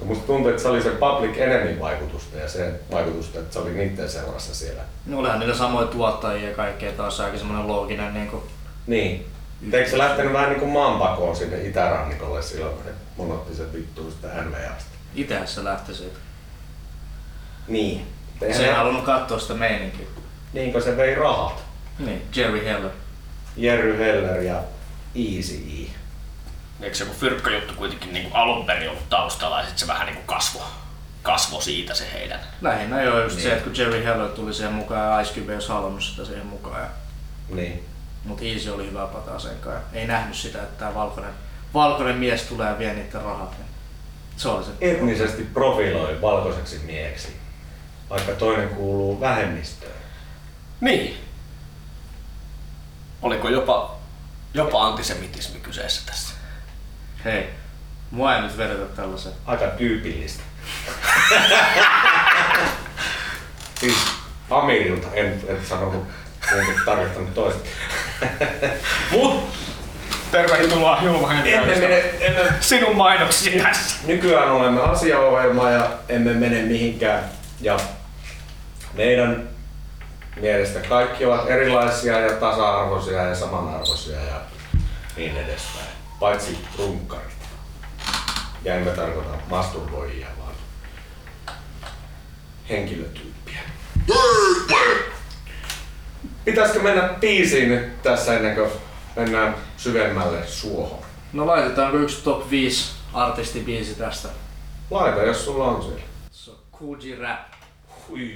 Musta tuntuu, että se oli se Public Enemy vaikutusta ja se vaikutusta, että se oli niiden seurassa siellä. No olihan niillä samoja tuottajia ja kaikkea, taas aika semmonen looginen niinku... Niin. Eikö se lähtenyt vähän niinku maanpakoon sinne itärannikolle silloin, kun ne monotti sen vittuista NVAsta? Itsehän se lähti siitä. Niin. Se ei halunnut katsoa sitä meininkiä. Niinkö se vei rahat? Niin, Jerry Heller. Jerry Heller ja Eazy-E. Eikö se joku fyrkkäjuttu kuitenkin niinku alun perin ollut taustalla ja sit se vähän niinku kasvo siitä se heidän? Lähinnä jo just niin. se, että kun Jerry Heller tuli siihen mukaan ja Ice Cube ei olisi halunnut sitä siihen mukaan. Ja... Niin. Mut Eazy oli hyvä pataa senkaan. Ei nähnyt sitä, että tää valkoinen mies tulee ja vie niitä rahat. Se oli se. Etnisesti profiloi valkoiseksi mieheksi, vaikka toinen kuuluu vähemmistöön. Niin. Oliko jopa antisemitismi kyseessä tässä? Hei, mua ei nyt vedetä tällaisen. Aika tyypillistä. Siis Amirilta en sanonut, en tarkoittanut toista. Mut Tervetuloa Julma Henriäistä. Sinun mainoksesi tässä. Nykyään olemme asiaohjelma ja emme mene mihinkään. Ja meidän mielestä kaikki ovat erilaisia ja tasa-arvoisia ja samanarvoisia ja niin edespäin. Paitsi runkkarit. Ja emme tarkoita masturboijia, vaan henkilötyyppiä. Pitäisikö mennä biisiin nyt tässä ennen kuin mennään syvemmälle suohon? No laitetaanko yksi top 5 artistibiisi tästä? Laita, jos sulla on siellä. Se on Coogee Rap. Hui.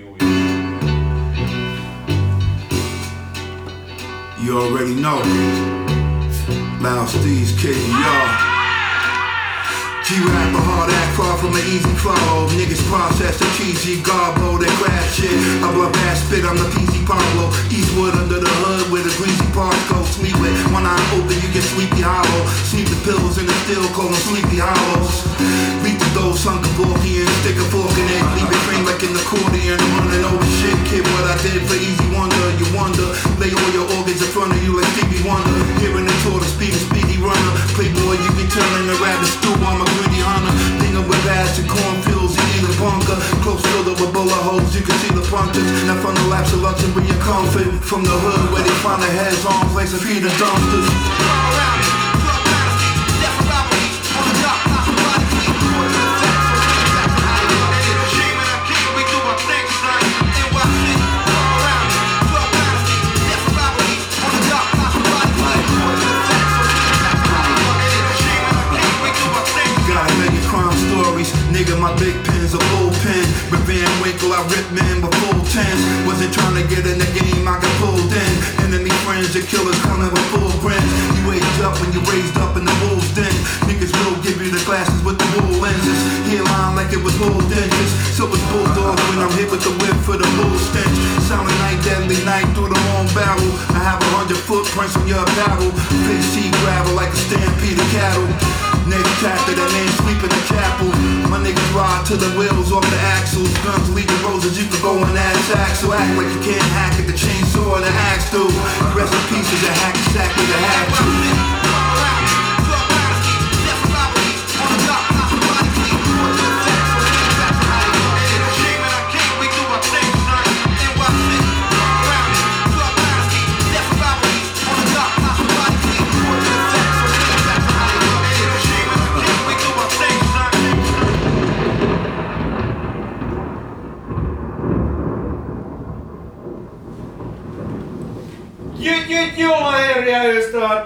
You already know. Mouse D's KDR. G-Rap a hard act, far from an easy follow. Niggas process the cheesy garbo, they crash shit. I blow ass spit, I'm the PC Pablo. Eastwood under the hood where the greasy parts go. Sleep with one eye open, you get sleepy hollow. Sleep the pillows in the still, call them sleepy hollows. Beat the dough, sunk a Borkian, stick a fork in it. Leave it frame like an accordion. I'm running over shit, kid, what I did for easy wonder. You wonder, lay all your organs in front of you like Stevie Wonder. Hearing the tour, the speed, speedy runner. Playboy, you be turning the rabbit stew, I'm a greedy hunter. Dinger with ass and cornfields, you need a bunker. Close filter with bullet holes, you can see the punctures. Now from the laps of luxury and comfort. From the hood where they find their heads on place and feed the dumpsters. Nigga, my big pen's a bullpen. With Van Winkle, I rip men with full tens. Wasn't trying to get in the game, I got pulled in. Enemy friends, your killers coming with full grins. You aged up when you raised up in the wolf's den. Niggas will give you the glasses with the wool lenses. Hairline like it was wool dentures. So it's bulldog when I'm hit with the whip for the bull stench. Sounding like deadly night through the long barrel. I have 100 footprints on your apparel. Fish tea gravel like a stampede of cattle. Next chapter, that man sleep in the chapel. My niggas ride to the wheels off the axles. Guns leaving roses, you can go and ass axle. Act like you can't hack it, the chainsaw and the axe do. Rest in pieces, a hack sack with a hat too. Julma Henriä ystävät!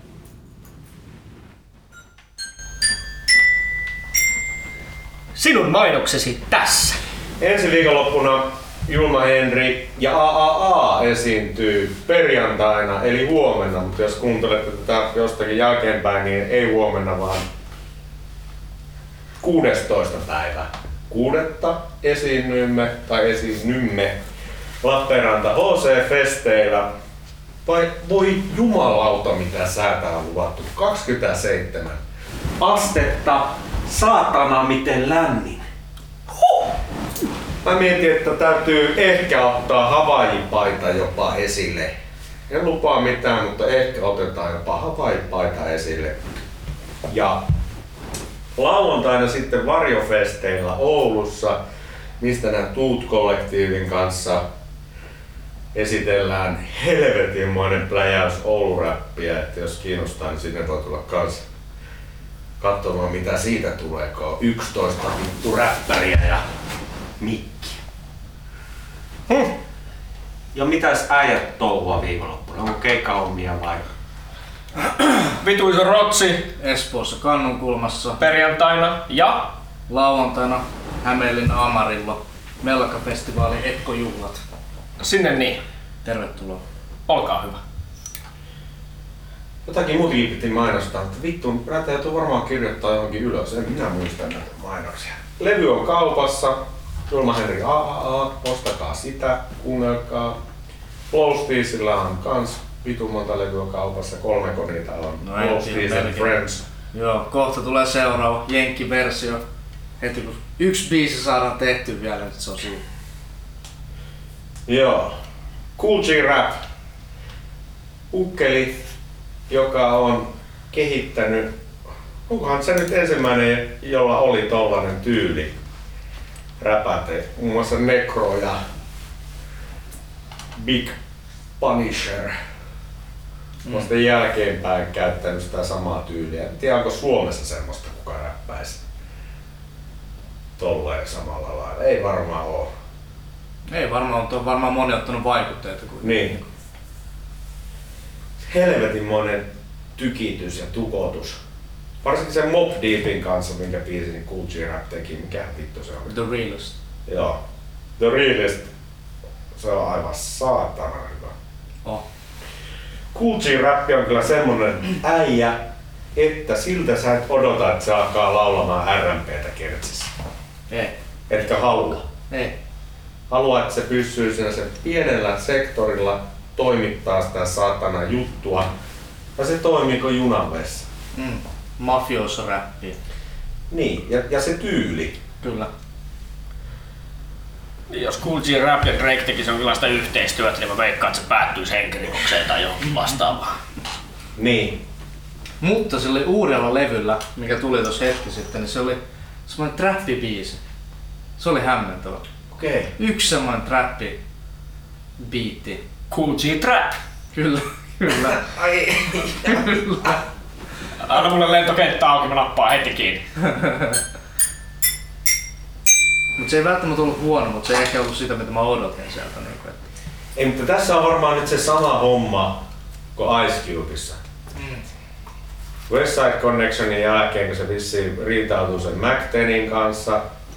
Sinun mainoksesi tässä. Ensi viikonloppuna Julma Henri ja AAA esiintyy perjantaina eli huomenna, mutta jos kuuntelette tätä jostakin jälkeenpäin, niin ei huomenna vaan 16. päivä. 6. esiinnymme Lappeenranta HC-festeillä. Vai voi jumalauta mitä säätä on luvattu. 27 astetta. Saatana miten lämmin. Mä mietin, että täytyy ehkä ottaa Hawaii-paita jopa esille. En lupaa mitään, mutta ehkä otetaan jopa Hawaii-paita esille. Ja Lauantaina sitten varjofesteillä Oulussa, mistä nämä Tuut-kollektiivin kanssa esitellään helvetinmoinen pläjäys Oulu-räppiä, että jos kiinnostaa, niin sinne voi tulla kans katsomaan mitä siitä tulee, kun on 11 vittu räppäriä ja mikki. Ja mitäs äijät touhua viikonloppuna? Onko keikkahommia vai? Vituisa Rotsi Espoossa Kannonkulmassa. perjantaina ja Lauantaina Hämeenlinna Amarillo. Melkafestivaali Ekkojuhlat. sinne niin. Tervetuloa. Olkaa hyvä. Jotakin muutakin piti mainostaa, mutta vittu, näitä täytyy varmaan kirjoittaa johonkin ylös, en minä muista näitä mainoksia. Levy on kaupassa, Julma Henri AAA, ostakaa sitä, kuunnelkaa. Flowsteezillä on kans vitun monta levyä kaupassa, 3 niitä on. No en Flowsteez tiedä, and melkein. Friends. Joo, kohta tulee seuraava jenkkiversio. Heti kun yksi biisi saadaan tehty vielä, nyt se on siinä. Joo. Kool G Rap. Ukkeli, joka on kehittänyt, onkohan se nyt ensimmäinen, jolla oli tollanen tyyli räpäte. Muun muassa Necro ja Big Punisher. Mä oon sitten jälkeenpäin käyttänyt sitä samaa tyyliä. En tiedä, onko Suomessa semmoista, kuka räppäisi tolleen samalla lailla. Ei varmaan oo. Ei varmaan, on varmaan moni ottanut vaikutteita. Niin. Helvetin monen tykitys ja tukotus. Varsinkin sen Mobb Deepin kanssa, minkä biisin Kool G Rap teki. Mikä vittu se oli? The Realist. Joo. The Realist. Se on aivan saatana hyvä. Oh. Kool G Rap on kyllä semmonen äijä, että siltä sä et odota, että se alkaa laulamaan R&B:tä kertsissä. Ei. Etkä halua. Ei. Haluaa, että se pysyy siinä sen pienellä sektorilla, toimittaa sitä saatana juttua. Ja se toimii kuin junavessa. Mafioso räppiä. Niin, ja se tyyli. Kyllä. Jos Kool G Rap ja Drake tekis jonkinlaista yhteistyötä, niin mä veikkaan, että se päättyisi henkirikokseen tai johonkin vastaavaan. Niin. Mutta sillä oli uudella levyllä, mikä tuli tuossa hetki sitten, niin se oli semmoinen trappi-biisi. Se oli hämmentävä. Okei. Yksi semmoinen trappi-biitti. Kool G Trap. Kyllä, kyllä. Ai. Kyllä. Anna mulle lentokenttä auki, mä nappaan heti kiinni. Mut se ei välttämättä ollut huono, mutta se ei ehkä ollut sitä, mitä mä odotin sieltä. Niin että... Ei, mutta tässä on varmaan nyt se sama homma kuin Ice Cubeissa. West Side Connectionin jälkeen, kun se vissiin riitautui sen Mac 10:in kanssa,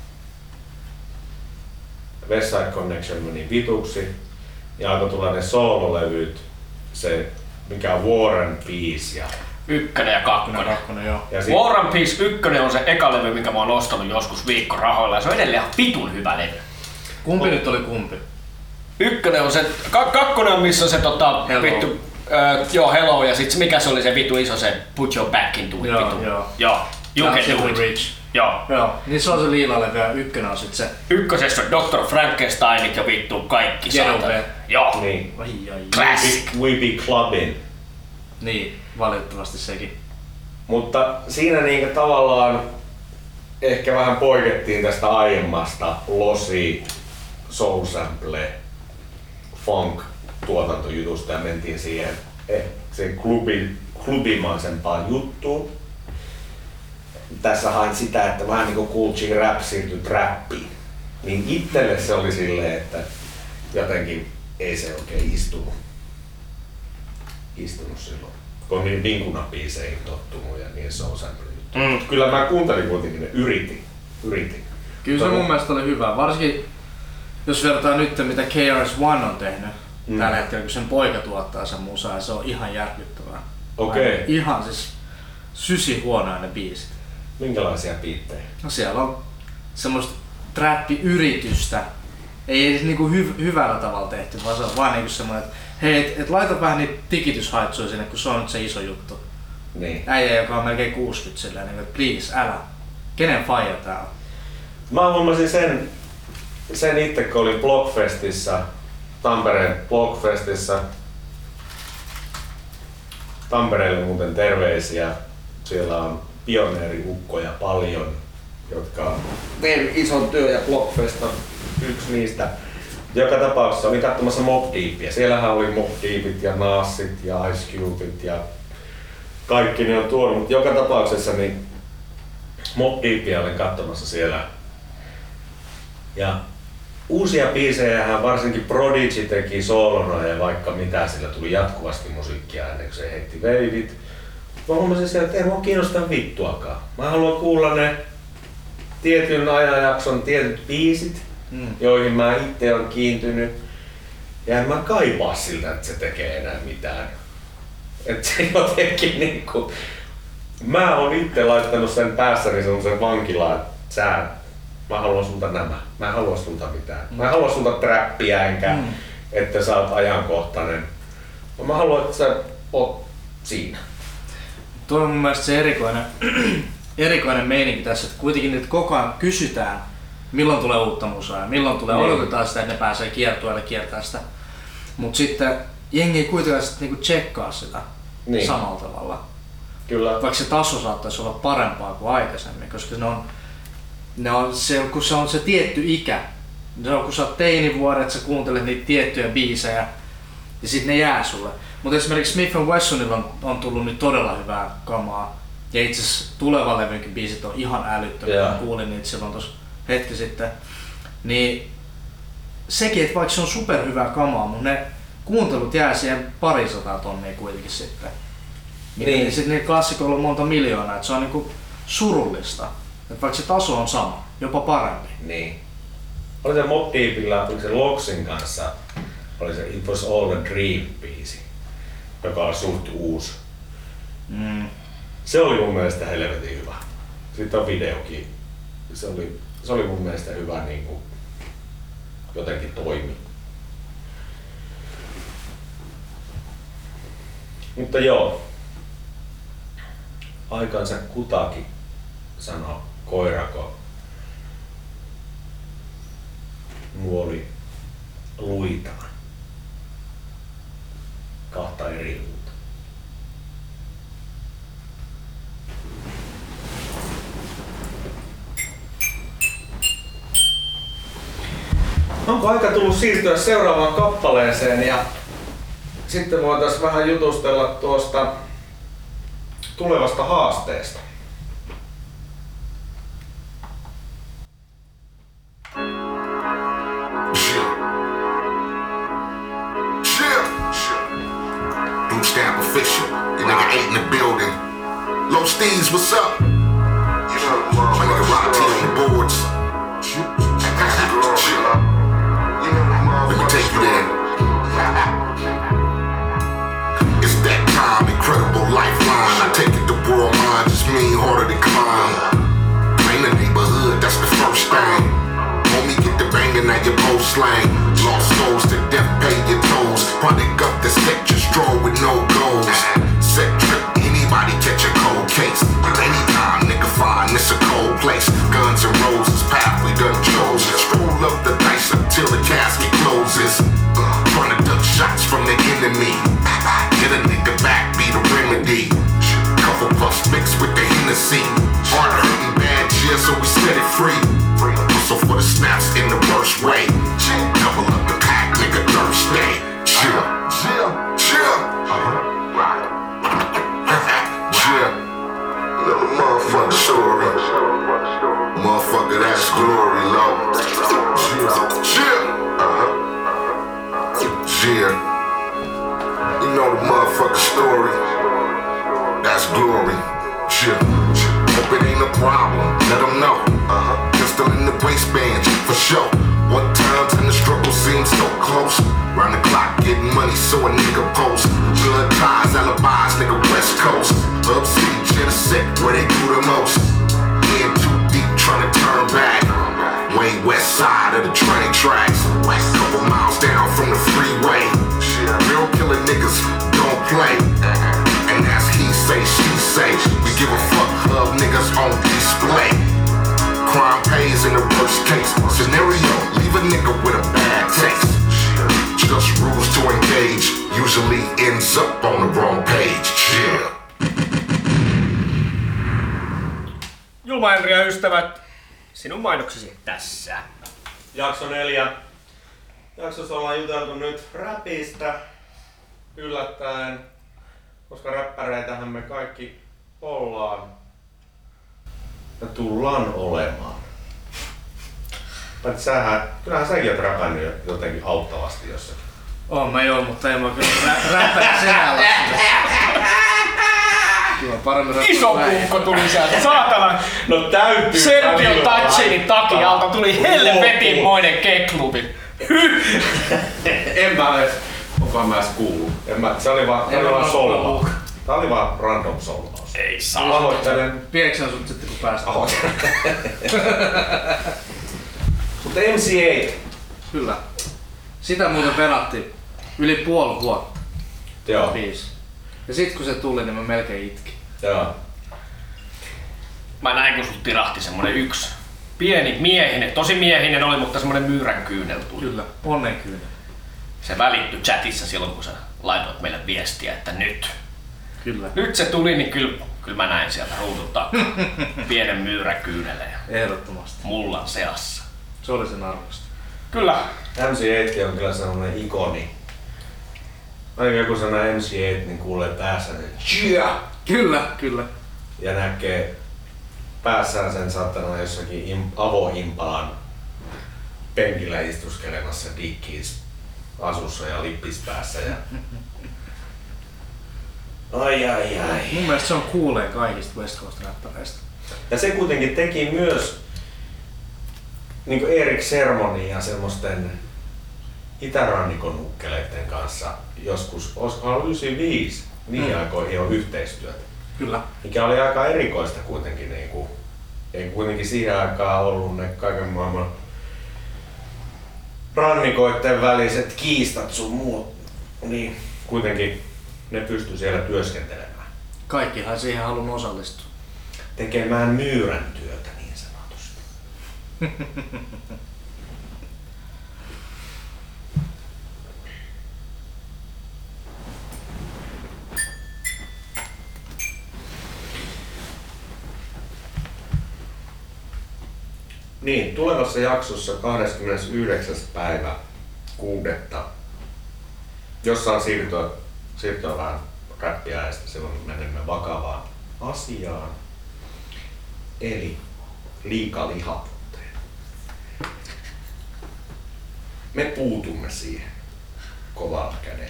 West Side Connection meni vituksi ja alkoi tulla ne soololevyt, se mikä on War and Peace ja 1 ja 2. Joo. ja sit, War and Peace 1 on se eka levy, minkä mä oon ostanut joskus viikkorahoilla ja se on edelleen ihan vitun hyvä levy. Kumpi nyt oli kumpi? 1 on se, 2 on missä on se Hello. vittu, joo Hello ja sit mikä se oli se vittu iso se Put Your Back Into It Joo, vittu. joo. Joo. You Can Do It. Rich. Joo. Joo, niin se on se liila levy ja 1 on sit se. 1 on Dr. Frankensteinit ja vittu kaikki Ghetto saatana. Band. Joo. niin. Ai. Classic. We Be Clubbin. Niin, valitettavasti sekin. Mutta siinä niinku tavallaan ehkä vähän poikettiin tästä aiemmasta Losi, Soul Sample, Funk tuotantojutusta ja mentiin siihen sen klubimaisempaan juttuun. Tässä hain sitä, että vähän niinku Kool G Rap siirtyi trappiin. Niin itselle se oli silleen, että jotenkin ei se oikein istunut silloin. Kun on niin vinkunabiiseihin tottunut ja niin Soul Sample juttu. Kyllä mä kuuntelin kuitenkin, ne yritin. Kyllä se mun mielestä oli hyvä, varsinkin jos vertaa nyt mitä KRS-One on tehnyt tällä hetkellä, kun sen poika tuottaa sen musaa ja se on ihan järkyttävää. Okei. Ihan siis sysihuonoja ne biisit. Minkälaisia biittejä? No siellä on semmoista trappi-yritystä. Ei edes niinku hyvällä tavalla tehty, vaan se on vaan niinku semmoinen, että hei, et laita vähän niitä tikityshaitsuja sinne, kun se on nyt se iso juttu. Niin. Äijä, joka on melkein 60 silleen, niin että please, älä. Kenen faija tää on? Mä huomasin sen itse, kun olin Blockfestissa, Tampereen Blockfestissa. Tampereelle muuten terveisiä. Siellä on pioneeriukkoja paljon, jotka tein ison työn ja Blockfest on yksi niistä. Joka tapauksessa olin katsomassa Mobb Deepia. Siellähän oli Mobb Deepit ja Nasit ja Ice Cubeit ja kaikki ne on tuonut, mutta joka tapauksessa niin Mobb Deepia olin katsomassa siellä. Ja uusia biisejähän varsinkin Prodigy teki soolona ja vaikka mitä, sillä tuli jatkuvasti musiikkia ennen kuin se heitti veivit. Mä huomasin siellä, että ei mua kiinnosta vittuakaan. Mä haluan kuulla ne tietyn ajanjakson tietyt biisit, joihin mä itse olen kiintynyt. Ja en mä kaipaa siltä, että se tekee enää mitään. Et se jotenkin niinku... Mä oon itse laittanut sen päässäni semmosen vankilaan, että mä haluan sulta nämä. Mä en halua sulta mitään. Mä en halua sulta trappia enkä, että sä oot ajankohtainen. Mä haluan, että sä oot siinä. Tuo on mun mielestä se erikoinen meininki tässä, että kuitenkin nyt koko ajan kysytään, milloin tulee uutta musaa ja milloin tulee, odotetaan sitä, että ne pääsee kiertueelle kiertää sitä. Mut sitten jengi ei kuitenkaan sitten niinku tsekkaa sitä samalla tavalla. Kyllä. Vaikka se taso saattaisi olla parempaa kuin aikaisemmin, koska kun se on se tietty ikä. Se on kun sä oot teinivuodet, sä kuuntelet niitä tiettyjä biisejä ja sit ne jää sulle. Mutta esimerkiksi Smith & Wessonilla on tullut nyt todella hyvää kamaa. Ja itse asiassa tuleva levynkin biisit on ihan älyttömiä. Kuulin niitä silloin tuossa hetki sitten. Niin sekin, että vaikka se on superhyvää kamaa, mutta ne kuuntelut jää siihen 200 tonnia kuitenkin sitten. Niin sitten niillä klassikoilla on monta miljoonaa, että se on niinku surullista. Että vaikka se taso on sama, jopa parempi. Niin. Oli se Mobb Deepillä, oli se Loxin kanssa, oli se It Was All a Dream-biisi, joka oli suht uusi. Se oli mun mielestä helvetin hyvä. Sitten on videokin. Se oli mun mielestä hyvä, niin kuin jotenkin toimi. Mutta joo. Aikansa kutakin, sanoo Koirako. Nuoli luitaan. Kahta eri luuta. Onko aika tullut siirtyä seuraavaan kappaleeseen ja sitten voitaisiin vähän jutustella tuosta tulevasta haasteesta. Stamp official. Your nigga ain't in the building. Low Steez, what's up? My nigga Rock T on the boards. Let me take you there. It's that time, incredible lifeline. I take it the world mind, just mean harder to climb. Ain't the neighborhood, that's the first thing. Homie, get the banging at your post slang. Lost souls to death, pay your tolls. Product up the set, just draw with no goals. Set trip, anybody catch a cold case. Anytime, nigga find this a cold place. Guns and roses, path we done chose. Stroll up the dice until the casket closes. Trying to duck shots from the enemy. Get a nigga back, be the remedy. Couple puffs mixed with the Hennessy. Hard hurting bad cheer, so we set it free. Whistle for the snaps in the worst way. Double up the pack, nigga Thursday. Chill, chill, chill. Chill. Little motherfucker story. Motherfucker, that's glory, low. Chill, chill. Chill. You know the motherfucker story. That's glory. Chill. Hope it ain't a problem. Let them know. Pistol in the waistband, for sure. What times and the struggle seems so close. Round the clock getting money so a nigga post. Blood ties, alibis, nigga West Coast. Upcity, jet set where they do the most. In too deep trying to turn back. Way west side of the train tracks. Couple miles down from the freeway. Real killer niggas don't play. And that's he say, she say. We give a fuck, love niggas on display. Crime pays in the worst case scenario, leave a nigga with a bad taste. Just rules to engage, usually ends up on the wrong page. Chill. Julma Henri ja ystävät, sinun mainoksesi tässä. Jakso 4. Jaksossa ollaan juteltu nyt räpistä yllättäen, koska räppäreitähän me kaikki ollaan ja tullaan olemaan. Kyllähän säkin oot räpännyt jotenkin auttavasti jossakin. Oon mä joo, mutta en mä kyllä räppänyt senään Kyllä paremmin Iso puukko tuli sieltä, saatana! No täytyy! Sergio Tacchinin takia alta tuli helvetinmoinen keklubi. En mä edes, onkohan mä edes kuullut. Se oli vaan solvaus. Tää oli vaan random solvaus. Ei saa. Pahoittelen. Pieksän sut sitten kun päästään. Mutta MC8. Kyllä. Sitä muuten penattiin yli puoli vuotta. Joo. Biisi. Ja sit kun se tuli, niin mä melkein itkin. Joo. Mä näin kun sut tirahti semmonen yksi pieni miehinen, tosi miehinen oli, mutta semmonen myyränkyynel tuli. Kyllä, onnenkyynel. Se välittyi chatissa silloin kun sä laitoit meille viestiä, että nyt. Kyllä. Nyt se tuli, niin kyllä mä näin sieltä ruudun takaa pienen myyränkyynelen Ehdottomasti. mullan seassa. Se oli sen arvosta. Kyllä. MC8 on kyllä sellainen ikoni. Aina joku sanoo MC8, niin kuulee päässä yeah! Kyllä. Ja näkee päässään sen saatana jossakin avoimpalan penkillä istuskelemassa dikkiis asussa ja lippis päässä. Ja... Ai. Mun mielestä se on kuulee kaikista West Coast räppäreistä. Ja se kuitenkin teki myös niin kuin Erik Sermonin ja semmoisten itärannikon nukkeleiden kanssa joskus, olisikohan 95, niihin aikoihin on yhteistyötä. Kyllä. Mikä oli aika erikoista kuitenkin, niin kuin, ei kuitenkin siihen aikaan ollut ne kaiken maailman rannikoiden väliset kiistat sun muut, niin kuitenkin ne pystyi siellä työskentelemään. Kaikkihan siihen halunnut osallistua. Tekemään myyrän työtä niin sanotusti. Niin, tulevassa jaksossa 29. päivä 6. Jossa on siirtyä vähän räppiäistä, silloin menemme vakavaan asiaan. Eli liikalihavuuteen. Me puutumme siihen kovalla kädellä.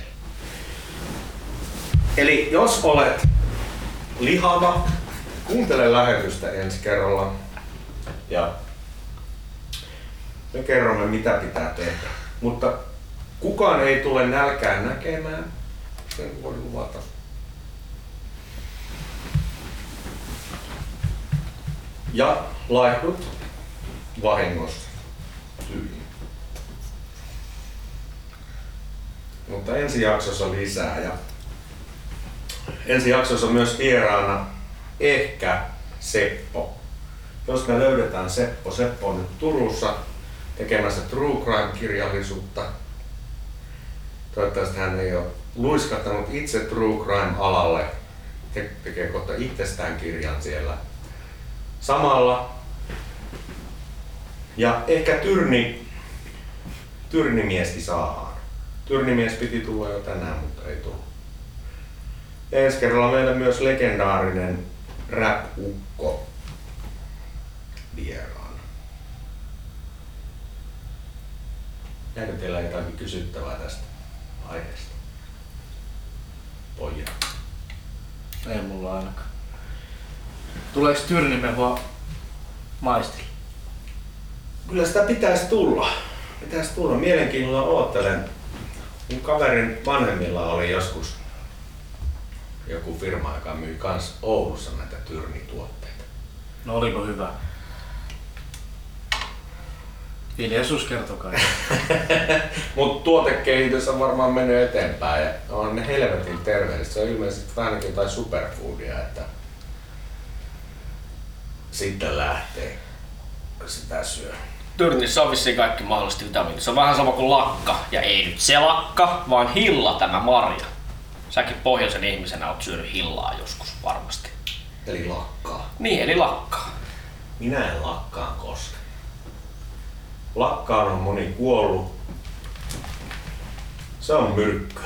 Eli jos olet lihava, kuuntele lähetystä ensi kerralla ja me kerromme mitä pitää tehdä. Mutta kukaan ei tule nälkään näkemään, sen voi luvata. Ja laihdut vahingossa tyyliin. Mutta ensi jaksossa lisää ja ensi jaksossa myös vieraana ehkä Seppo. Jos me löydetään Seppo on nyt Turussa tekemässä True Crime-kirjallisuutta. Toivottavasti hän ei ole luiskattanut itse True Crime-alalle. Tekee kohta itsestään kirjan siellä samalla. Ja ehkä Tyrnimiesti saadaan. Tyrnimies piti tulla jo tänään, mutta ei tullut. Ja ensi kerralla meillä myös legendaarinen rap-ukko vieraana. Jääkö teillä jotakin kysyttävää tästä aiheesta? Pojat. Ei mulla ainakaan. Tuleeko Tyrnimen vaan maistilla? Kyllä sitä pitäisi tulla. Mielenkiinnolla oottelen. Mun kaverin vanhemmilla oli joskus joku firma, joka myi kans Oulussa näitä Tyrnituotteita. No oliko hyvä? Hiljaisuus kertokaa. Mut tuotekehitys on varmaan mennyt eteenpäin ja on ne helvetin terveellistä. Se on ilmeisesti vähänkin jotain superfoodia, että sitten lähtee sitä syö. Tyrnissä on vissiin kaikki mahdollisesti vitamiinit. Se on vähän sama kuin lakka. Ja ei nyt se lakka, vaan hilla tämä marja. Säkin pohjoisen ihmisenä oot syönyt hillaa joskus varmasti. Eli lakkaa. Niin, eli lakkaa. Minä en lakkaan koske. Lakkaan on moni kuollut. Se on myrkkyä.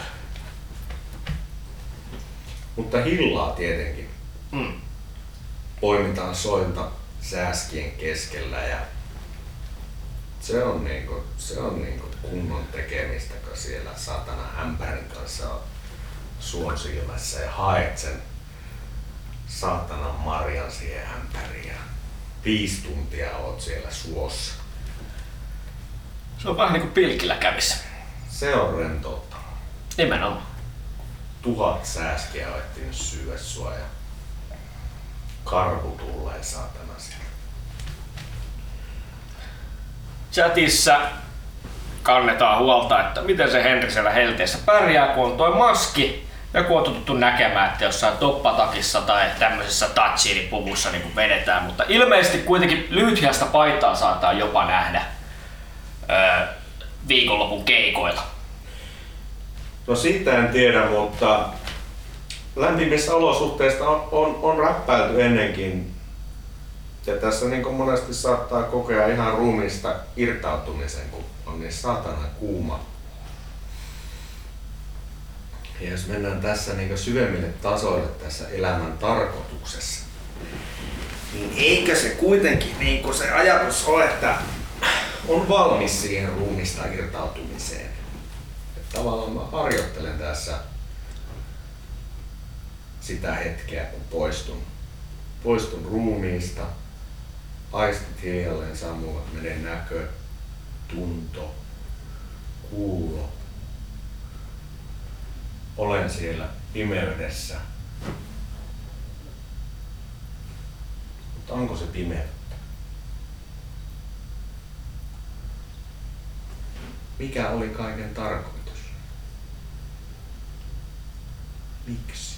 Mutta hillaa tietenkin. Poimitaan soilta sääskien keskellä ja se on niinku kunnon tekemistä, kun siellä saatana ämpärin kanssa on suon silmässä ja haet sen saatanan marjan siihen ämpäriin ja 5 tuntia oot siellä suossa. Se on vähän niinku pilkillä kävissä. Se on rentouttavaa. Nimenomaan. 1000 sääskiä on ehtinyt syödä sua ja karhu tulee saatana siellä. Chatissa kannetaan huolta, että miten se Henri siellä helteessä pärjää, kun on toi maski ja kun on tuttu näkemään, että jossain toppatakissa tai tämmöisessä tatsiinipuvussa niin vedetään, mutta ilmeisesti kuitenkin lyhythiasta paitaa saattaa jopa nähdä viikonlopun keikoilla. No siitä en tiedä, mutta lämpimissä olosuhteista on räppäilty ennenkin. Ja tässä niin monesti saattaa kokea ihan ruumiista irtautumisen, kun on niin saatana kuuma. Ja jos mennään tässä niin syvemmille tasoille tässä elämän tarkoituksessa, niin eikö se kuitenkin niin se ajatus ole, että on valmis siihen ruumiista irtautumiseen. Että tavallaan mä harjoittelen tässä sitä hetkeä, kun poistun ruumiista. Aistit hiljalleen sammuvat, menee näkö, tunto, kuulo. Olen siellä pimeydessä. Mutta onko se pimeyttä? Mikä oli kaiken tarkoitus? Miksi?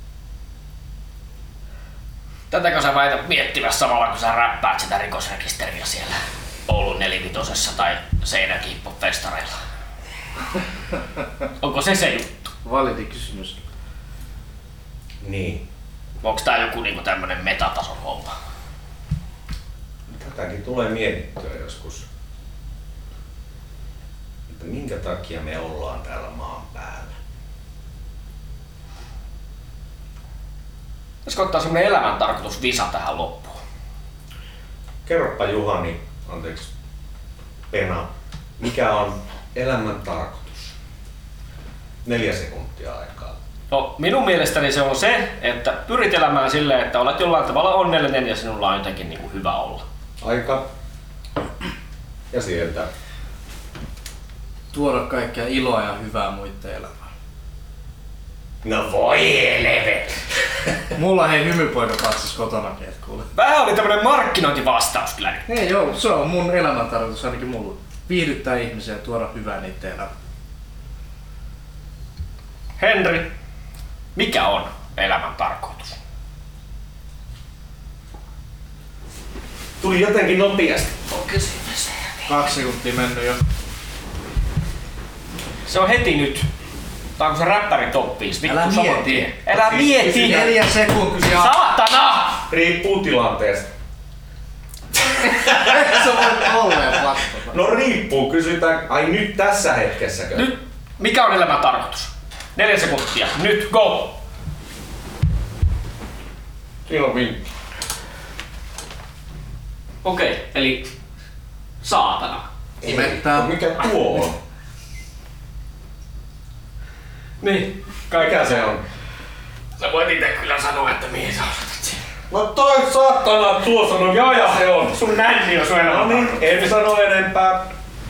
Tätäkö sä väität miettimässä samalla, kun sä räppäät sitä rikosrekisteriä siellä Oulun 45 tai Seinäkiippo-festareilla? Onko se juttu? Validi kysymys. Niin. Onko tää joku niinku tämmönen metatason homma? Tätäkin tulee mietittyä joskus. Että minkä takia me ollaan täällä maan päällä? Pitäisikö ottaa semmonen elämäntarkoitus visa tähän loppuun? Kerropa Juhani, anteeksi Pena, mikä on elämän tarkoitus? 4 sekuntia aikaa. No minun mielestäni se on se, että pyrit elämään silleen, että olet jollain tavalla onnellinen ja sinulla on jotenkin niinku hyvä olla. Aika. Ja sieltä. Tuoda kaikkea iloa ja hyvää muiden elämään. No voi helvet! Mulla hei hymypoika katsis kotonakin, et kuule. Vähän oli tämmönen markkinointivastaus kyllä nyt. Ei joo, se on mun elämäntarkoitus ainakin mulla. Viihdyttää ihmisiä ja tuoda hyvää niiden elämään. Henri, mikä on elämän tarkoitus? Tuli jotenkin nopeasti. On kysymys. 2 sekuntia mennyt jo. Se on heti nyt. Tää on kun se räppäri top 5. Älä mieti. Älä mieti! 4 sekuntia. Saatana! Riippuu tilanteesta. Se voi olleen vastata. No riippuu, kysytään. Ai nyt tässä hetkessäkö? Nyt, mikä on elämän tarkoitus? 4 sekuntia. Nyt, go! Siinä on vinkki. Okei, eli saatana. Imettää. Mikä tuo on? Niin, Mikä se on? sä voit ite kyllä sanoa, että mihin sä osoitat siihen. No toi saatana tuo sanoo, Joo, se on. sun nänni on sun elämän No niin, tarkoitus. en sano enempää.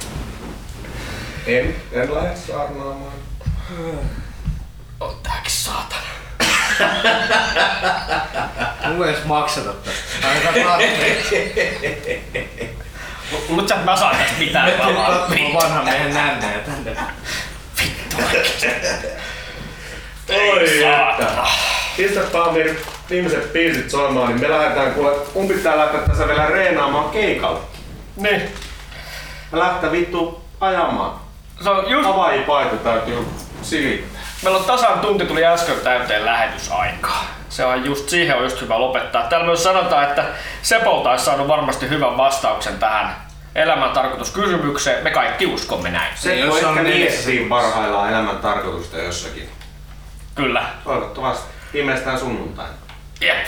En lähde saarnaamaan. On tääkin saatana. Mulla ei edes makseta tästä. Ainakaan tarpeeksi. Mut sä et mä saan tästä mitään valaa. Katsomaan vanhan miehen nännejä tänne. Oi saatana. että. Pistäpä Amir viimeiset biisit soimaan, niin me lähdetään kuule, mun pitää lähteä tässä vielä reenaamaan keikalle. Niin. Mä lähtee vittu ajamaan. Se on just... Havaipaita täytyy silittää. Meillä on tasan tunti tuli äsken täyteen lähetysaikaa. Se on just, siihen on just hyvä lopettaa. Täällä myös sanotaan, että Sepolta olisi saanut varmasti hyvän vastauksen tähän elämän tarkoituskysymykseen. Me kaikki uskomme näin. Se voi ehkä miettiä parhaillaan elämän tarkoitusta jossakin. Kyllä. Toivottavasti. Viimeistään sunnuntaina. Jep.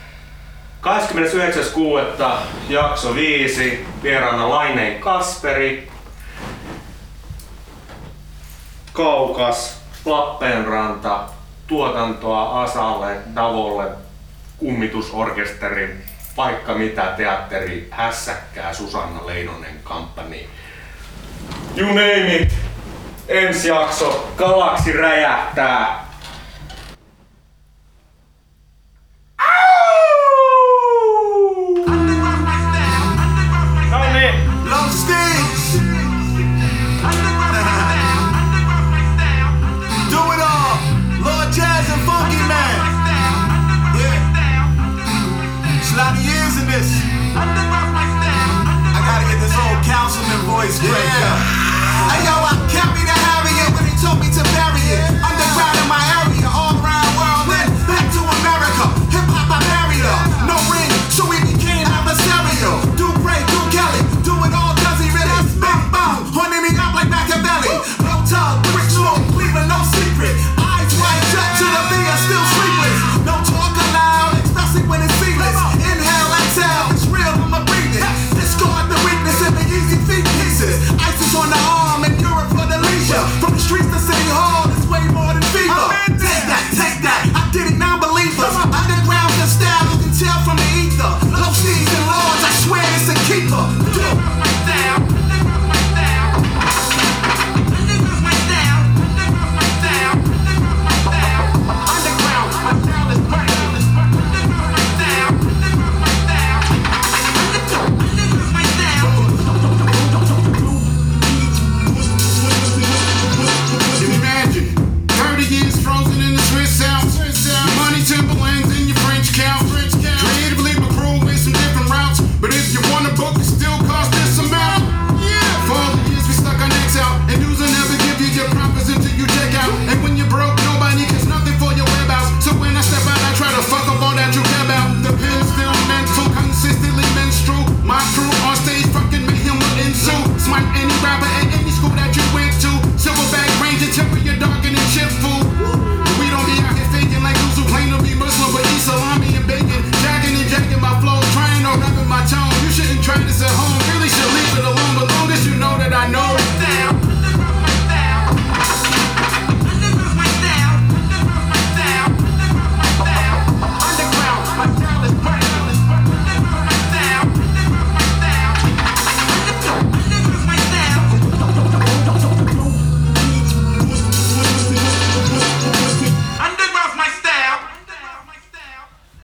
29.6. jakso 5. Vieraana Laineen Kasperi. Kaukas, Lappeenranta, tuotantoa Asalle, Davolle, kummitusorkesteri, vaikka mitä teatteri, hässäkkää, Susanna Leinonen kamppani. You name it! Ensi jakso, Galaksi räjähtää! No niin. Love sticks. Do it all. Lord Jazz and Funky Man. Yeah. It's a lot of years in this. I gotta get this old councilman voice cranked up. Hey, yo,